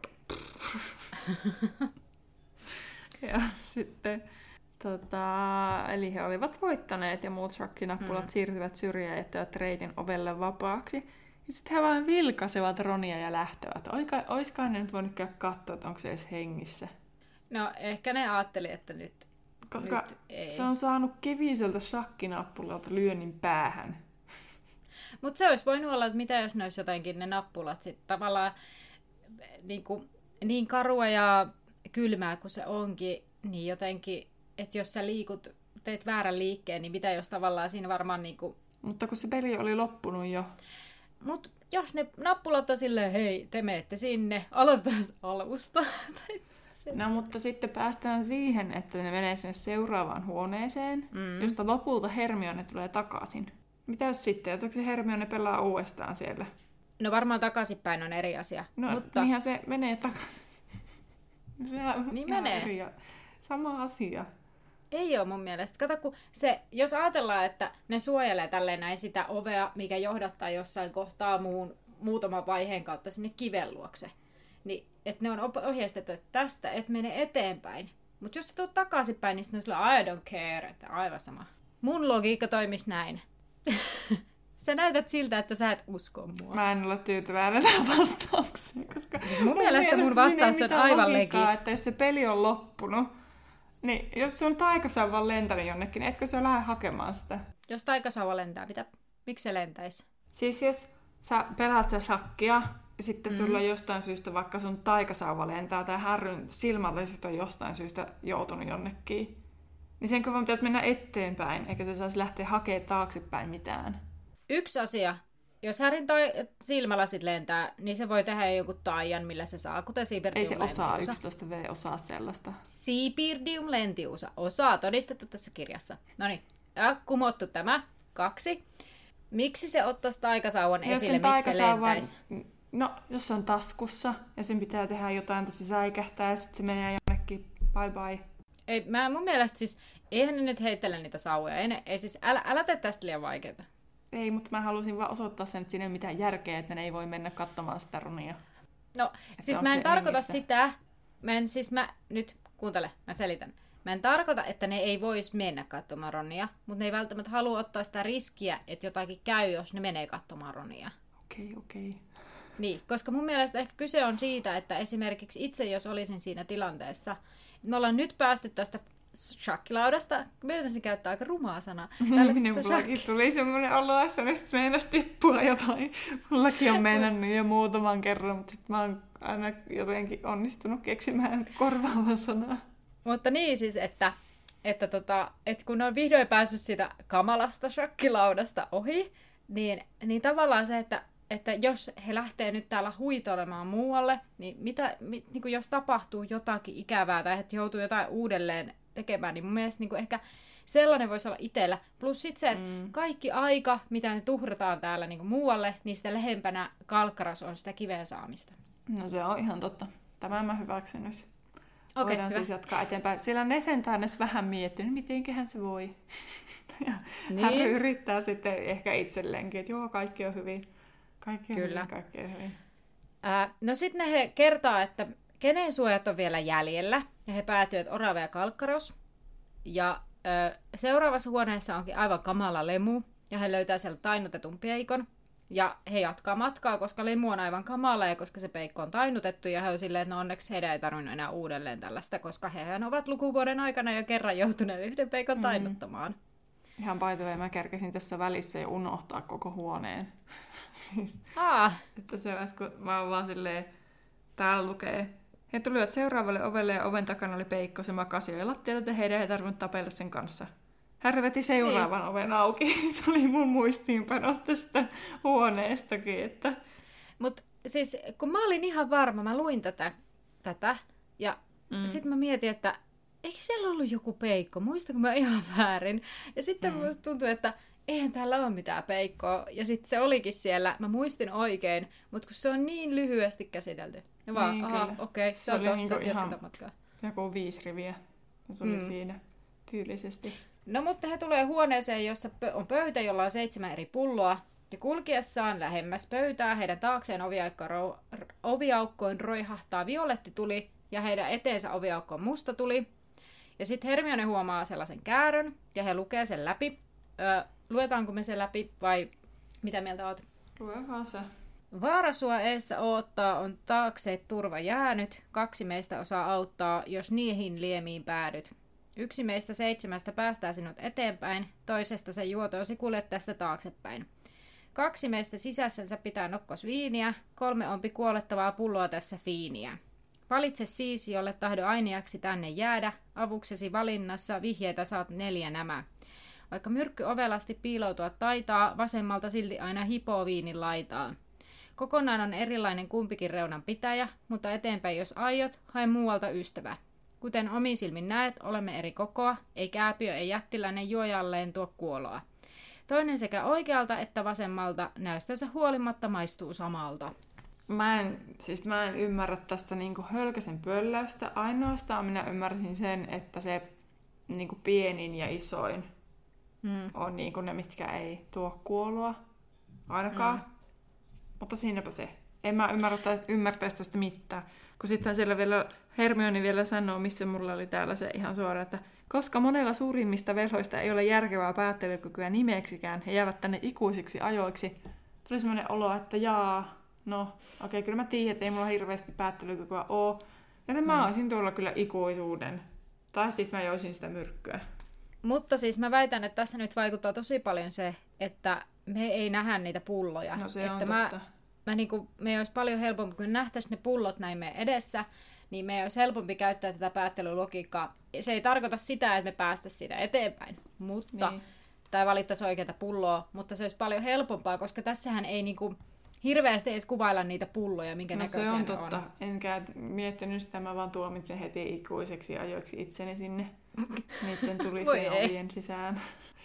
Speaker 2: Ja sitten, tota, eli he olivat voittaneet ja muut shakkinappulat mm. siirtyvät syrjään ja jättävät reitin ovelle vapaaksi. Ja sitten he vain vilkasevat Ronia ja lähtevät. Oika, oiskaan ne nyt voinut käydä katsoa, että onko se edes hengissä.
Speaker 1: No, ehkä ne ajatteli, että nyt
Speaker 2: Koska
Speaker 1: nyt ei.
Speaker 2: Se on saanut kiviseltä shakkinappulalta lyönnin päähän.
Speaker 1: Mutta se olisi voinut olla, että mitä jos ne olisi jotenkin ne nappulat sitten tavallaan niin, kuin, niin karua ja kylmää kuin se onkin, niin jotenkin, että jos sä liikut, teet väärän liikkeen, niin mitä jos tavallaan siinä varmaan niin kuin...
Speaker 2: Mutta kun se peli oli loppunut jo.
Speaker 1: Mutta jos ne nappulat on silleen, hei, te menette sinne, aloitetaan alusta.
Speaker 2: No, mutta sitten päästään siihen, että ne menee sinne seuraavaan huoneeseen, mm. josta lopulta Hermione tulee takaisin. Mitäs sitten? Jotenko se Hermione pelaa uudestaan siellä?
Speaker 1: No varmaan takaisinpäin on eri asia.
Speaker 2: No,
Speaker 1: mutta...
Speaker 2: niinhän se menee takaisin. Sehän
Speaker 1: niin menee.
Speaker 2: Eri... Sama asia.
Speaker 1: Ei ole mun mielestä. Kato, kun se, jos ajatellaan, että ne suojelee tälleen näin sitä ovea, mikä johdattaa jossain kohtaa muun, muutaman vaiheen kautta sinne kiven luokse, niin että ne on ohjeistettu, että tästä et mene eteenpäin. Mutta jos sä tulet takaisinpäin, niin sitten on sillä I don't care, että aivan sama. Mun logiikka toimisi näin. Sä näytät siltä, että sä et usko mua.
Speaker 2: Mä en ole tyytyväinen tähän vastaukseen, koska
Speaker 1: siis mun, mun mielestä, mielestä mun vastaus on aivan legit.
Speaker 2: Että jos se peli on loppunut, niin jos se on taikasauvan lentänyt jonnekin, niin etkö sä lähde hakemaan sitä?
Speaker 1: Jos taikasauva lentää, mitä? Miksi se lentäisi?
Speaker 2: Siis jos sä pelaat sä shakkia, ja sitten mm. sulla on jostain syystä, vaikka sun taikasauva lentää, tai Harryn silmälliset on jostain syystä joutunut jonnekin, niin sen kun pitäisi mennä eteenpäin, eikä se saisi lähteä hakemaan taaksepäin mitään.
Speaker 1: Yksi asia. Jos Harryn tai silmälasit lentää, niin se voi tehdä jonkun taian, millä se saa, kuten Siipirdium
Speaker 2: Ei se
Speaker 1: lentiusa.
Speaker 2: osaa, yksitoista V osaa sellaista.
Speaker 1: Siipirdium lentiusa. Osaa, todistettu tässä kirjassa. Noniin, kumottu tämä. Kaksi. Miksi se ottaisi taikasauvan esille, miksi se lentäisi?
Speaker 2: No, jos se on taskussa ja sen pitää tehdä jotain, että se säikähtää ja sitten se menee jonnekin, bye bye.
Speaker 1: Ei, mä mun mielestä siis, eihän ne nyt heittele niitä sauvoja. Ei, ne, ei siis, älä, älä tee tästä liian vaikeaa.
Speaker 2: Ei, mutta mä halusin vaan osoittaa sen, että siinä ei ole mitään järkeä, että ne ei voi mennä katsomaan sitä Ronia.
Speaker 1: No, että siis mä en tarkoita hengissä. sitä, mä en siis mä, nyt kuuntele, mä selitän. Mä en tarkoita, että ne ei vois mennä katsomaan Ronia, mutta ne ei välttämättä halua ottaa sitä riskiä, että jotakin käy, jos ne menee katsomaan Ronia.
Speaker 2: Okei, okay, okei. Okay.
Speaker 1: Niin, koska mun mielestä ehkä kyse on siitä, että esimerkiksi itse, jos olisin siinä tilanteessa, me ollaan nyt päästy tästä shakkilaudasta, meinasin käyttää aika rumaa sanaa.
Speaker 2: Minun mullakin tuli semmoinen olo, että nyt meinasi tippua jotain. Mullakin on meinannut jo muutaman kerran, mutta sitten mä oon aina jotenkin onnistunut keksimään korvaavaa sanaa.
Speaker 1: Mutta niin siis, että, että, tota, että kun on vihdoin päässyt sitä kamalasta shakkilaudasta ohi, niin, niin tavallaan se, että, että jos he lähtee nyt täällä huitolemaan muualle, niin, mitä, mi, niin kuin jos tapahtuu jotakin ikävää tai että joutuu jotain uudelleen tekemään, niin mun mielestä niin kuin ehkä sellainen voisi olla itsellä. Plus sitten se, että mm. kaikki aika, mitä me tuhrataan täällä niin kuin muualle, niin sitä lähempänä Kalkkaros on sitä kiveen saamista.
Speaker 2: No se on ihan totta. Tämän mä hyväksyn nyt.
Speaker 1: Okay,
Speaker 2: voidaan hyvä. Siis jatkaa eteenpäin. Sillä ne sentään edes vähän miettinyt, mitenköhän se voi. Ja niin. Hän yrittää sitten ehkä itselleenkin, että joo, kaikki on hyvin. Kaikki on
Speaker 1: Kyllä.
Speaker 2: hyvin, kaikki on hyvin.
Speaker 1: Ää, no sitten he kertaa, että kenen suojat on vielä jäljellä, ja he päätyvät Orava ja Kalkkaros. Ja ö, seuraavassa huoneessa onkin aivan kamala Lemu, ja he löytää sieltä tainnutetun peikon. Ja he jatkaa matkaa, koska Lemu on aivan kamala, ja koska se peikko on tainnutettu, ja he on silleen, että no onneksi heidän ei tarvinnut enää uudelleen tällaista, koska hehän ovat lukuvuoden aikana jo kerran joutuneet yhden peikon tainnuttamaan. Mm.
Speaker 2: Ihan by the way, mä kerkesin tässä välissä ja unohtaa koko huoneen. siis,
Speaker 1: Aa.
Speaker 2: että se olisi, kun mä oon vaan silleen, täällä lukee. He tulivat seuraavalle ovelle ja oven takana oli Peikko, se makasi jo lattialla, että heidän ei tarvinnut tapella sen kanssa. Hän veti seuraavan ei. oven auki. Se oli mun muistiinpano tästä huoneestakin. Että...
Speaker 1: Mutta siis kun mä olin ihan varma, mä luin tätä, tätä ja mm. sitten mä mietin, että eikö siellä ollut joku Peikko? Muistanko mä ihan väärin? Ja sitten mm. musta tuntui, että eihän täällä ole mitään Peikkoa. Ja sitten se olikin siellä, mä muistin oikein, mutta kun se on niin lyhyesti käsitelty. Ja vaan, niin, aha, okei, okay, se, se on tossa, niinku ihan matkaa.
Speaker 2: Joku viisi riviä. Se oli mm. siinä tyylisesti.
Speaker 1: No mutta he tulee huoneeseen, jossa on pöytä, jolla on seitsemän eri pulloa. Ja kulkiessaan lähemmäs pöytää heidän taakseen oviaukkoon, oviaukkoon roihahtaa violetti tuli ja heidän eteensä oviaukkoon musta tuli. Ja sitten Hermione huomaa sellaisen käärön ja he lukee sen läpi. Öö, luetaanko me sen läpi vai mitä mieltä oot?
Speaker 2: Lue vaan se.
Speaker 1: Vaara sua eessä oottaa, on taakse turva jäänyt. Kaksi meistä osaa auttaa, jos niihin liemiin päädyt. Yksi meistä seitsemästä päästää sinut eteenpäin, toisesta se juotoosi kuljet tästä taaksepäin. Kaksi meistä sisässänsä pitää nokkos viiniä, kolme ompi kuolettavaa pulloa tässä fiiniä. Valitse siis, jolle tahdo ainiaksi tänne jäädä, avuksesi valinnassa vihjeitä saat neljä nämä. Vaikka myrkky ovelasti piiloutua taitaa, vasemmalta silti aina hipoo viinin laitaa. Kokonaan on erilainen kumpikin reunan pitäjä, mutta eteenpäin jos aiot, hae muualta ystävä. Kuten omin silmin näet, olemme eri kokoa, ei kääpiö ei jättiläinen juojalleen tuo kuoloa. Toinen sekä oikealta että vasemmalta näystänsä huolimatta maistuu samalta.
Speaker 2: Mä en, siis mä en ymmärrä tästä niinku hölkäsen pölläystä. Ainoastaan minä ymmärsin sen, että se niinku pienin ja isoin mm. on niinku ne, mitkä ei tuo kuoloa. Ainakaan. Mm. Mutta siinäpä se. En mä ymmärtäisi tästä mitään. Kun sitten siellä vielä Hermione vielä sanoo, missä mulla oli täällä se ihan suora, että koska monella suurimmista velhoista ei ole järkevää päättelykykyä nimeksikään, he jäävät tänne ikuisiksi ajoiksi. Tuli semmoinen olo, että jaa, no okei, okay, kyllä mä tiedän, että ei mulla hirveästi päättelykykyä ole. Joten mä mm. olisin tuolla kyllä ikuisuuden. Tai sitten mä joisin sitä myrkkyä.
Speaker 1: Mutta siis mä väitän, että tässä nyt vaikuttaa tosi paljon se, että me ei nähdä niitä pulloja.
Speaker 2: No se
Speaker 1: että
Speaker 2: on
Speaker 1: mä,
Speaker 2: totta.
Speaker 1: Mä niinku, me olisi paljon helpompi, kun nähtäisiin ne pullot näin meidän edessä, niin me olisi helpompi käyttää tätä päättelylogiikkaa. Se ei tarkoita sitä, että me päästäisiin siitä eteenpäin, mutta, niin. tai valittaisiin oikeata pulloa, mutta se olisi paljon helpompaa, koska tässähän ei niinku hirveästi edes kuvailla niitä pulloja, minkä
Speaker 2: no
Speaker 1: näköisiä
Speaker 2: se on
Speaker 1: ne
Speaker 2: totta.
Speaker 1: on.
Speaker 2: Enkä miettinyt sitä, mä vaan tuomitsen heti ikuiseksi ajoiksi itseni sinne. Niiden tuli sen ovien sisään.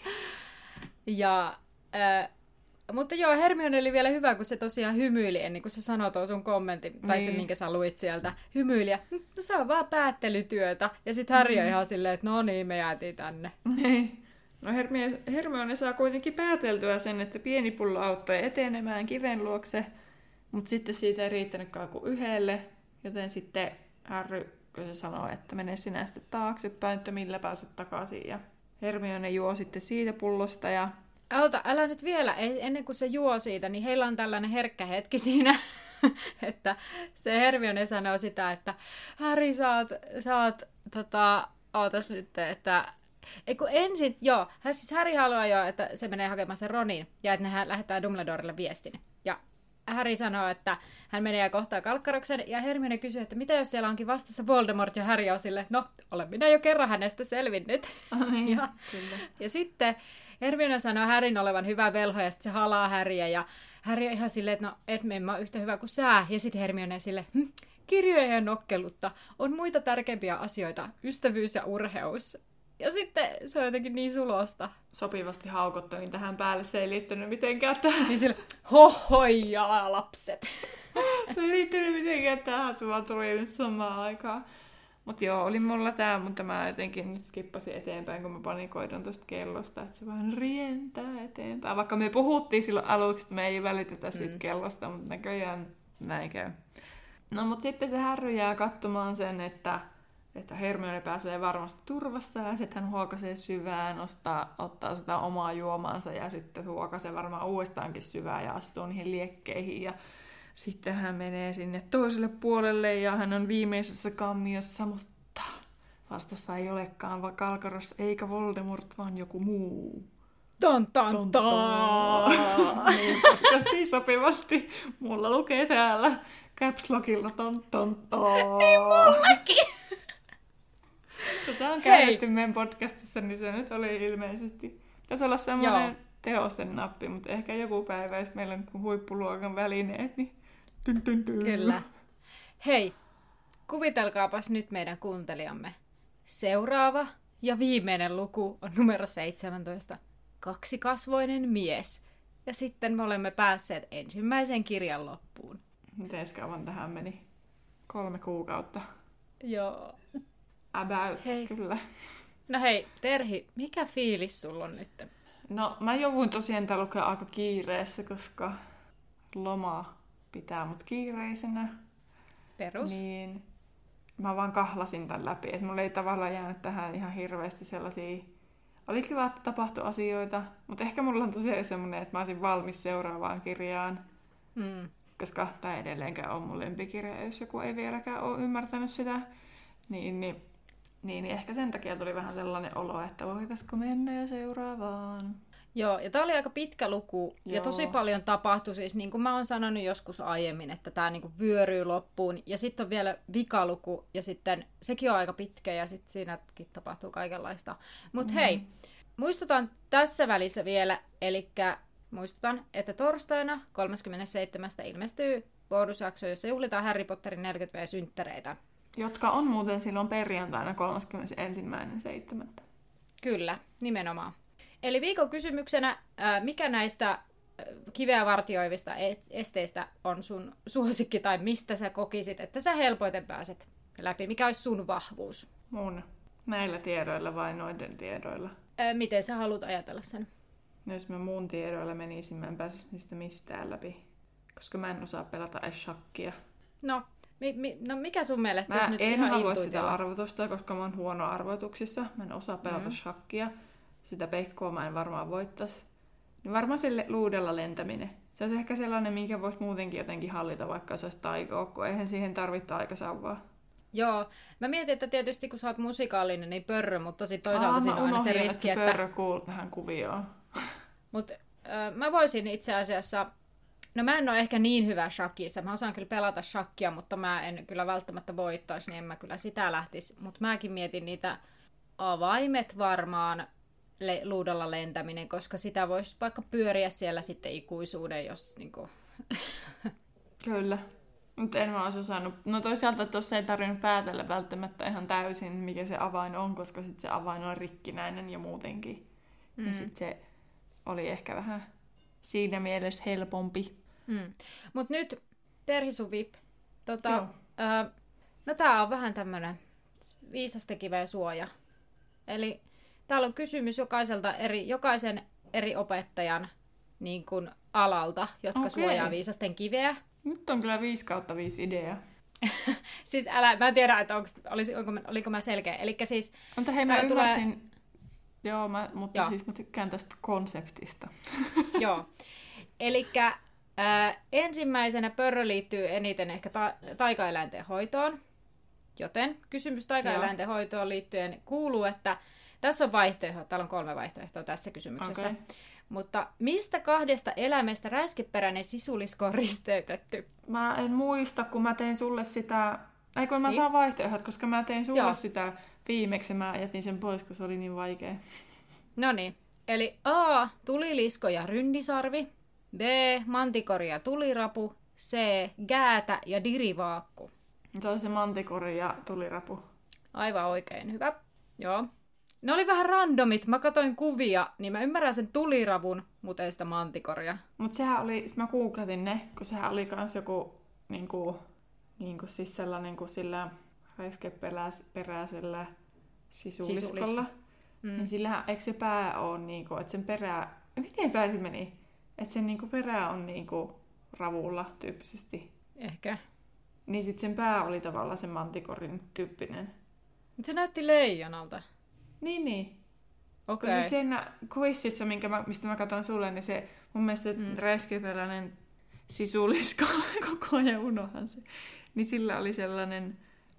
Speaker 1: Ja... Äh, Mutta joo, Hermione oli vielä hyvä, kun se tosiaan hymyili ennen kuin se sanoi tuon sun kommentin, tai niin. se, minkä sä luit sieltä. Hymyili ja, no se on vaan päättelytyötä. Ja sit Harry on mm. ihan silleen, että no niin, me jäätiin tänne.
Speaker 2: Niin. No Hermione, Hermione saa kuitenkin pääteltyä sen, että pieni pullo auttoi etenemään kiven luokse, mutta sitten siitä ei riittänytkään kuin yhdelle, joten sitten Harry, kun se sanoo, että mene sinä sitten taaksepäin, että millä pääset takaisin. Ja Hermione juo sitten siitä pullosta ja
Speaker 1: Ota, älä nyt vielä, ennen kuin se juo siitä, niin heillä on tällainen herkkä hetki siinä, että se Hermione sanoo sitä, että Harry, sä oot, sä oot tota, ootas nyt, että ei kun ensin, joo, hän siis Harry haluaa jo, että se menee hakemaan sen Ronin, ja että hän lähettää Dumbledorelle viestin. Ja Harry sanoo, että hän menee ja kohtaa Kalkkaroksen, ja Hermione kysyy, että mitä jos siellä onkin vastassa Voldemort, ja Harry on sille, no, olen minä jo kerran hänestä selvinnyt.
Speaker 2: Ai,
Speaker 1: ja, ja sitten Hermione sanoo Harryn olevan hyvä velho, ja sitten se halaa Harryä, ja Harry on ihan silleen, että no, et me en mä ole yhtä hyvä kuin sä. Ja sitten Hermione silleen, hm, kirjoja ja nokkelutta, on muita tärkeimpiä asioita, ystävyys ja urheus. Ja sitten se on jotenkin niin sulosta.
Speaker 2: Sopivasti haukottelin tähän päälle, se ei liittynyt mitenkään tähän.
Speaker 1: Niin sille, hohojaa lapset.
Speaker 2: Se ei liittynyt mitenkään tähän, se vaan tuli nyt samaan aikaan. Mutta joo, oli mulla tää, mutta mä jotenkin nyt skippasin eteenpäin, kun mä panikoidun tosta kellosta, että se vaan rientää eteenpäin. Vaikka me puhuttiin silloin aluksi, että me ei välitetä siitä mm. kellosta, mutta näköjään näin käy. No mut sitten se Harry jää katsomaan sen, että, että Hermione pääsee varmasti turvassa ja sitten hän huokaisee syvään, ostaa, ottaa sitä omaa juomaansa ja sitten huokaisee varmaan uudestaankin syvään ja astuu niihin liekkeihin ja sitten hän menee sinne toiselle puolelle ja hän on viimeisessä kammiossa, mutta vastassa ei olekaan vaan Kalkaros eikä Voldemort, vaan joku muu.
Speaker 1: Ton, ton,
Speaker 2: Ton,
Speaker 1: ton.
Speaker 2: ton. Niin, podcastiin sopivasti. Mulla lukee täällä caps lockilla ton, ton, ton.
Speaker 1: Ei mullakin!
Speaker 2: Kun tää on
Speaker 1: Hei.
Speaker 2: käytetty meidän podcastissa, niin se nyt oli ilmeisesti. Tässä olla semmoinen
Speaker 1: Joo.
Speaker 2: teosten nappi, mutta ehkä joku päivä, jos meillä on huippuluokan välineet, niin tyn, tyn, tyn.
Speaker 1: Kyllä. Hei, kuvitelkaapas nyt meidän kuuntelijamme. Seuraava ja viimeinen luku on numero seitsemäntoista. Kaksikasvoinen mies. Ja sitten me olemme päässeet ensimmäisen kirjan loppuun.
Speaker 2: Miten kauan tähän meni? Kolme kuukautta.
Speaker 1: Joo.
Speaker 2: About,
Speaker 1: Hei.
Speaker 2: kyllä.
Speaker 1: No hei, Terhi, mikä fiilis sulla on nyt?
Speaker 2: No, mä jouduin tosiaan tää lukea aika kiireessä, koska loma pitää mut kiireisenä.
Speaker 1: Perus?
Speaker 2: Niin mä vaan kahlasin tän läpi. Et mulla ei tavallaan jäänyt tähän ihan hirveästi sellaisia... Oli kiva, että tapahtui asioita, mutta ehkä mulla on tosiaan semmonen, että mä olisin valmis seuraavaan kirjaan.
Speaker 1: Mm.
Speaker 2: Koska tää edelleenkään on mun lempikirja, jos joku ei vieläkään ole ymmärtänyt sitä. Niin, niin, niin, niin ehkä sen takia tuli vähän sellainen olo, että voitaisko mennä jo seuraavaan.
Speaker 1: Joo, ja tää oli aika pitkä luku, Joo. ja tosi paljon tapahtui siis, niin kuin mä oon sanonut joskus aiemmin, että tää niin kuin vyöryy loppuun, ja sitten on vielä vikaluku, ja sitten sekin on aika pitkä, ja sitten siinäkin tapahtuu kaikenlaista. Mutta mm. hei, muistutan tässä välissä vielä, eli muistutan, että torstaina kolmaskymmenesseitsemäs ilmestyy bonusjakso, jossa juhlitaan Harry Potterin neljäkymmentä vuotisjuhlavuotta-synttäreitä.
Speaker 2: Jotka on muuten silloin perjantaina kolmaskymmenesensimmäinen seitsemättä
Speaker 1: Kyllä, nimenomaan. Eli viikon kysymyksenä, mikä näistä kiveä vartioivista esteistä on sun suosikki, tai mistä sä kokisit, että sä helpoiten pääset läpi? Mikä olisi sun vahvuus?
Speaker 2: Mun näillä tiedoilla vai noiden tiedoilla?
Speaker 1: Miten sä haluat ajatella sen?
Speaker 2: No, jos mä mun tiedoilla menisin, mä en pääsisi niistä mistään läpi. Koska mä en osaa pelata edes shakkia.
Speaker 1: No, mi- mi- no mikä sun mielestä?
Speaker 2: Mä
Speaker 1: jos nyt
Speaker 2: en
Speaker 1: ihan
Speaker 2: halua
Speaker 1: intuitiolla?
Speaker 2: sitä arvotusta, koska mä oon huono arvoituksissa. Mä en osaa pelata
Speaker 1: Mm.
Speaker 2: shakkia. Sitä peikkoa mä en varmaan voittais. Niin varmaan sille luudella lentäminen. Se olisi ehkä sellainen, minkä voisi muutenkin jotenkin hallita, vaikka se olisi taikoa, kun eihän siihen tarvitse aikasauvaa.
Speaker 1: Joo, mä mietin, että tietysti kun sä oot musikaalinen, niin pörrö, mutta sitten toisaalta
Speaker 2: Aa,
Speaker 1: siinä on aina se
Speaker 2: unohdin,
Speaker 1: riski,
Speaker 2: että...
Speaker 1: että...
Speaker 2: pörrö kuuluu tähän kuvioon.
Speaker 1: Mutta äh, mä voisin itse asiassa... No mä en ole ehkä niin hyvä shakissa. Mä osaan kyllä pelata shakkia, mutta mä en kyllä välttämättä voittaisi, niin en mä kyllä sitä lähtisi. Mutta mäkin mietin niitä avaimet varmaan, le- luudalla lentäminen, koska sitä voisi vaikka pyöriä siellä sitten ikuisuuden, jos niinku...
Speaker 2: Kyllä. Mutta en mä olisi osannut. No toisaalta tuossa ei tarvinnut päätellä välttämättä ihan täysin, mikä se avain on, koska sit se avain on rikkinäinen ja muutenkin. Mm. Niin sit se oli ehkä vähän siinä mielessä helpompi.
Speaker 1: Mm. Mut nyt, Terhi sun vip. Tota, ö, no tää on vähän tämmönen viisasta kiveä suoja. Eli täällä on kysymys jokaiselta eri, jokaisen eri opettajan niin kun alalta, jotka
Speaker 2: Okei.
Speaker 1: suojaa viisasten kiveä.
Speaker 2: Nyt on kyllä viisi kautta viisi ideaa.
Speaker 1: Siis älä, mä en tiedä, että onko, olisi, onko, oliko mä selkeä. Elikkä siis...
Speaker 2: Mutta hei, mä
Speaker 1: täällä tulee-
Speaker 2: ymmärsin... Joo, mä, mutta
Speaker 1: Joo.
Speaker 2: siis mä tykkään tästä konseptista.
Speaker 1: Joo. Elikkä äh, ensimmäisenä pörrö liittyy eniten ehkä ta- taikaeläinten hoitoon. Joten kysymys taikaeläinten hoitoon liittyen kuuluu, että tässä on vaihtoehto, täällä on kolme vaihtoehtoa tässä kysymyksessä.
Speaker 2: Okay.
Speaker 1: Mutta mistä kahdesta eläimestä räiskeperäinen sisulisko on risteytetty?
Speaker 2: Mä en muista, kun mä tein sulle sitä... Ei kun mä
Speaker 1: Niin.
Speaker 2: saan vaihtoehdot, koska mä tein sulle
Speaker 1: Joo.
Speaker 2: sitä viimeksi, mä jätin sen pois, kun se oli niin vaikea.
Speaker 1: No niin, eli A. Tulilisko ja ryndisarvi. B. Mantikori ja tulirapu. C. Gäätä ja dirivaakku.
Speaker 2: Se oli se mantikori ja tulirapu.
Speaker 1: Aivan oikein, hyvä. Joo. Ne oli vähän randomit. Mä katoin kuvia, niin mä ymmärrän sen tuliravun, mutta ei sitä mantikoria.
Speaker 2: Mut sehän oli, sit mä googletin ne, kun sehän oli kans joku niinku, niinku siis sellainen kuin sillä räiskeperäisellä sisuliskolla.
Speaker 1: Sisulisko. Mm.
Speaker 2: Niin sillähän, eikö se pää oo niinku, että sen perä, miten pää se meni? Että sen niinku perä on niinku ravulla tyyppisesti.
Speaker 1: Ehkä.
Speaker 2: Niin sit sen pää oli tavallaan sen mantikorin tyyppinen.
Speaker 1: Mut se näytti leijonalta.
Speaker 2: Niin, niin.
Speaker 1: Okei.
Speaker 2: Koska siinä quizissa, minkä mä, mistä mä katson sulle, niin se mun mielestä se
Speaker 1: Mm.
Speaker 2: räiskeperäinen sisulisko, koko ajan unohan se, niin sillä oli sellainen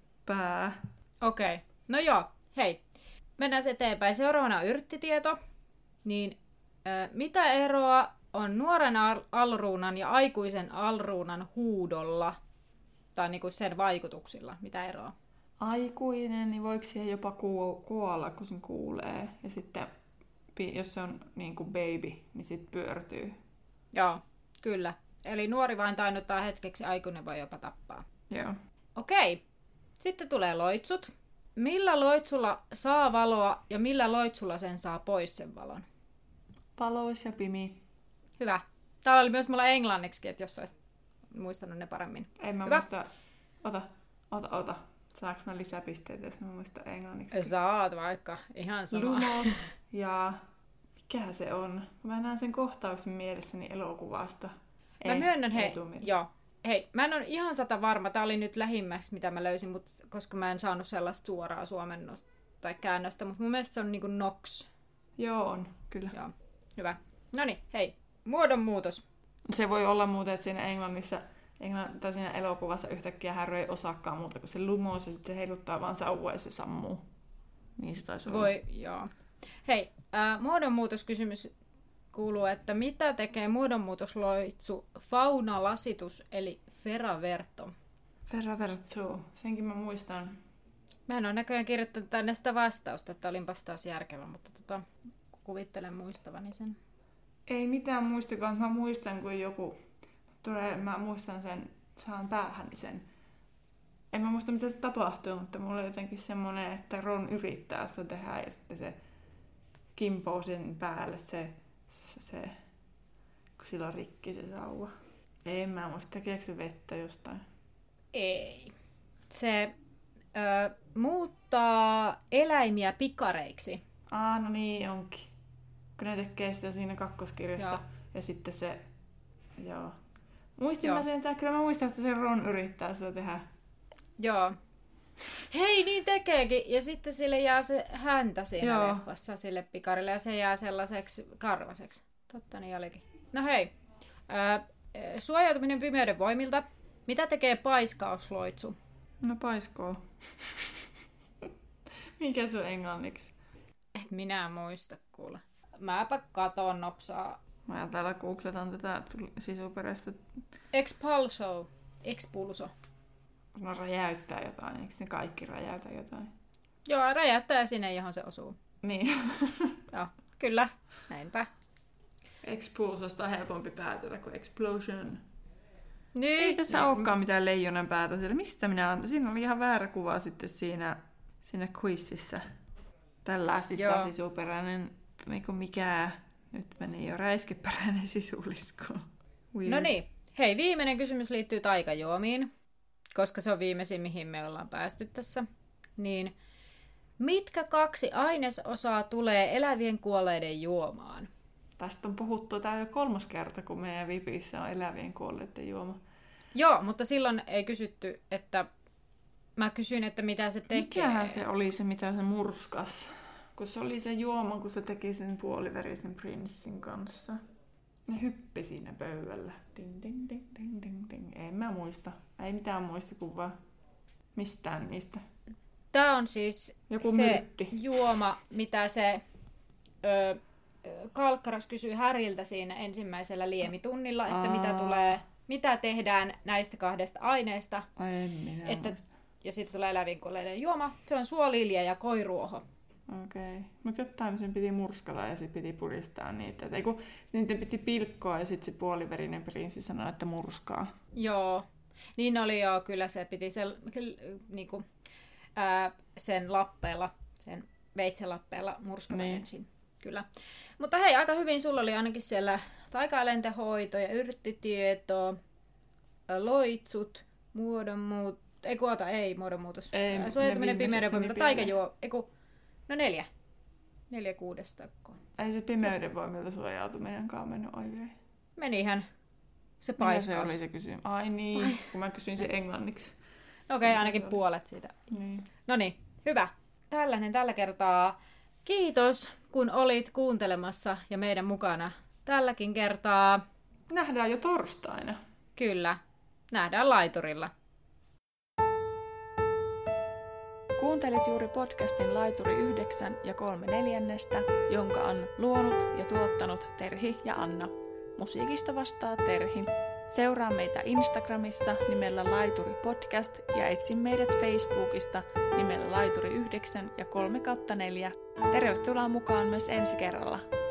Speaker 2: pää.
Speaker 1: Okei. No joo, hei. Mennään eteenpäin. Seuraavana on yrttitieto. Niin Mitä eroa on nuoren alruunan ja aikuisen alruunan huudolla? Tai niinku sen vaikutuksilla. Mitä eroa?
Speaker 2: Aikuinen, niin voiko siihen jopa kuolla, kun sen kuulee? Ja sitten, jos se on niin kuin baby, niin sitten pyörtyy.
Speaker 1: Joo, kyllä. Eli nuori vain tainnuttaa hetkeksi, aikuinen voi jopa tappaa.
Speaker 2: Joo.
Speaker 1: Okei. Sitten tulee loitsut. Millä loitsulla saa valoa ja millä loitsulla sen saa pois sen valon?
Speaker 2: Valois ja pimi.
Speaker 1: Hyvä. Täällä oli myös mulla englanniksi, että jos olisit muistanut ne paremmin.
Speaker 2: En mä
Speaker 1: Hyvä.
Speaker 2: muista. Ota, ota, ota. Saanko mä lisäpisteitä, jos mä muistan englanniksi?
Speaker 1: Saat vaikka. Ihan sama.
Speaker 2: Lumos ja... Mikä se on? Mä näen sen kohtauksen mielessäni elokuvasta.
Speaker 1: Mä
Speaker 2: ei,
Speaker 1: myönnän,
Speaker 2: ei
Speaker 1: hei, joo. Hei, mä en ole ihan sata varma. Tää oli nyt lähimmäksi, mitä mä löysin, mut, koska mä en saanut sellaista suoraa suomennosta tai käännöstä, mutta mun mielestä se on niinku Nox.
Speaker 2: Joo, on, kyllä.
Speaker 1: Joo, hyvä. Noniin, hei, muodonmuutos.
Speaker 2: Se voi olla muuten, että siinä Englannissa, Englann, tai siinä elokuvassa yhtäkkiä Harry ei osaakaan muuta kuin se lumos ja sitten se heiluttaa vaan sauvaa ja se sammuu. Niin se taisi olla.
Speaker 1: Voi, joo. Hei, äh, muodonmuutoskysymys kuuluu, että mitä tekee muodonmuutosloitsu faunalasitus eli Ferraverto?
Speaker 2: Ferraverto, senkin mä muistan.
Speaker 1: Mä en ole näköjään kirjoittanut tänne sitä vastausta, että olinpas taas järkevä, mutta tota, kuvittelen muistavani sen.
Speaker 2: Ei mitään muistikaan, mä muistan kun joku, tulee, mä muistan sen, saan päähäni sen. En mä muista mitä se tapahtuu, mutta mulla on jotenkin semmonen, että Ron yrittää sitä tehdä ja sitten se kimpoo sen päälle se, se, se kun sillä on rikki se sauva. En mä muista, tekeekö se vettä jostain?
Speaker 1: Ei. Se ö, muuttaa eläimiä pikareiksi.
Speaker 2: Aa, no niin onkin. Kun ne tekee sitä siinä kakkoskirjassa. Joo. Ja sitten se, joo. Muistin joo. mä sen, että kyllä mä muistan, että se Ron yrittää sitä tehdä.
Speaker 1: Joo. Hei, niin tekeekin. Ja sitten sille jää se häntä siinä
Speaker 2: joo.
Speaker 1: leffassa sille pikarille ja se jää sellaiseksi karvaseksi. Totta niin olikin. No hei. Ö, suojautuminen pimeyden voimilta. Mitä tekee paiskausloitsu?
Speaker 2: No paiskoo. Mikä se on englanniksi?
Speaker 1: Eh, minä en muista kuule. Mäpä katon nopsaa.
Speaker 2: Mä täällä googletan tätä sisuperäistä.
Speaker 1: Expulso. Expulso.
Speaker 2: No räjäyttää jotain, eikö ne kaikki räjäytä jotain?
Speaker 1: Joo, räjäyttää sinne, johon se osuu.
Speaker 2: Niin.
Speaker 1: Joo, kyllä. Näinpä.
Speaker 2: Expulsosta on helpompi päätellä kuin explosion.
Speaker 1: Niin.
Speaker 2: Ei tässä niin. olekaan mitään leijonan päätä siellä. Mistä minä antan? Siinä oli ihan väärä kuva sitten siinä, siinä quizissä. Tällä siis taas sisuperäinen, mikä nyt meni jo räiskeperäinen sisulisko. Weird.
Speaker 1: No niin. Hei, viimeinen kysymys liittyy taikajuomiin, koska se on viimeisin, mihin me ollaan päästy tässä. Niin, mitkä kaksi ainesosaa tulee elävien kuolleiden juomaan?
Speaker 2: Tästä on puhuttu tää jo kolmas kerta, kun meidän Vipissä on elävien kuolleiden juoma.
Speaker 1: Joo, mutta silloin ei kysytty, että mä kysyin, että mitä se tekee.
Speaker 2: Mikähän se oli se, mitä se murskas? Kun se oli se juoma, kun se teki sen puoliverisen prinssin kanssa. Ne hyppi siinä pöydällä. Ding, ding, ding, ding, ding, ding. En mä muista. Ei mitään muistikuvaa mistään niistä.
Speaker 1: Tää on siis
Speaker 2: joku
Speaker 1: se
Speaker 2: myrtti.
Speaker 1: Juoma, mitä se ö, Kalkkaras kysyy Häriltä siinä ensimmäisellä liemitunnilla, että
Speaker 2: Aa.
Speaker 1: mitä tulee, mitä tehdään näistä kahdesta aineesta.
Speaker 2: Ai en minä
Speaker 1: että, ja sitten tulee elävien kuolleiden juoma. Se on suolilja ja koiruoho.
Speaker 2: Okei. Okay. Mutta jotain sen piti murskata ja sitten piti puristaa niitä. Et, ei kun, niitä piti pilkkoa ja sitten se puoliverinen prinssi sanoi, että murskaa.
Speaker 1: Joo. Niin oli joo, kyllä se piti sen, kyllä, niinku, ää, sen lappeella, sen veitselappeella murskata niin. ensin. Kyllä. Mutta hei, aika hyvin sulla oli ainakin siellä taikaeläintenhoito ja yrttitieto, loitsut, muodonmuut... Ei kuota, ei muodonmuutos.
Speaker 2: Ei,
Speaker 1: suojautuminen pimeyden voimilta, taikajuo... Eiku, no neljä. Neljä kuudesta.
Speaker 2: Ei se pimeyden voimilta suojautuminenkaan mennyt oikein.
Speaker 1: Menihän. Se paiskaus.
Speaker 2: Mikä se oli se kysymys? Ai niin, Ai. kun mä kysyin sen englanniksi.
Speaker 1: Okei, okay, ainakin puolet siitä.
Speaker 2: Niin.
Speaker 1: No niin, hyvä. Tällainen tällä kertaa. Kiitos, kun olit kuuntelemassa ja meidän mukana tälläkin kertaa.
Speaker 2: Nähdään jo torstaina.
Speaker 1: Kyllä, nähdään laiturilla.
Speaker 3: Kuuntelit juuri podcastin Laituri yhdeksän ja kolme neljännestä, jonka on luonut ja tuottanut Terhi ja Anna. Musiikista vastaa Terhi. Seuraa meitä Instagramissa nimellä Laituri Podcast ja etsi meidät Facebookista nimellä Laituri yhdeksän ja kolme neljä. Tervetuloa mukaan myös ensi kerralla.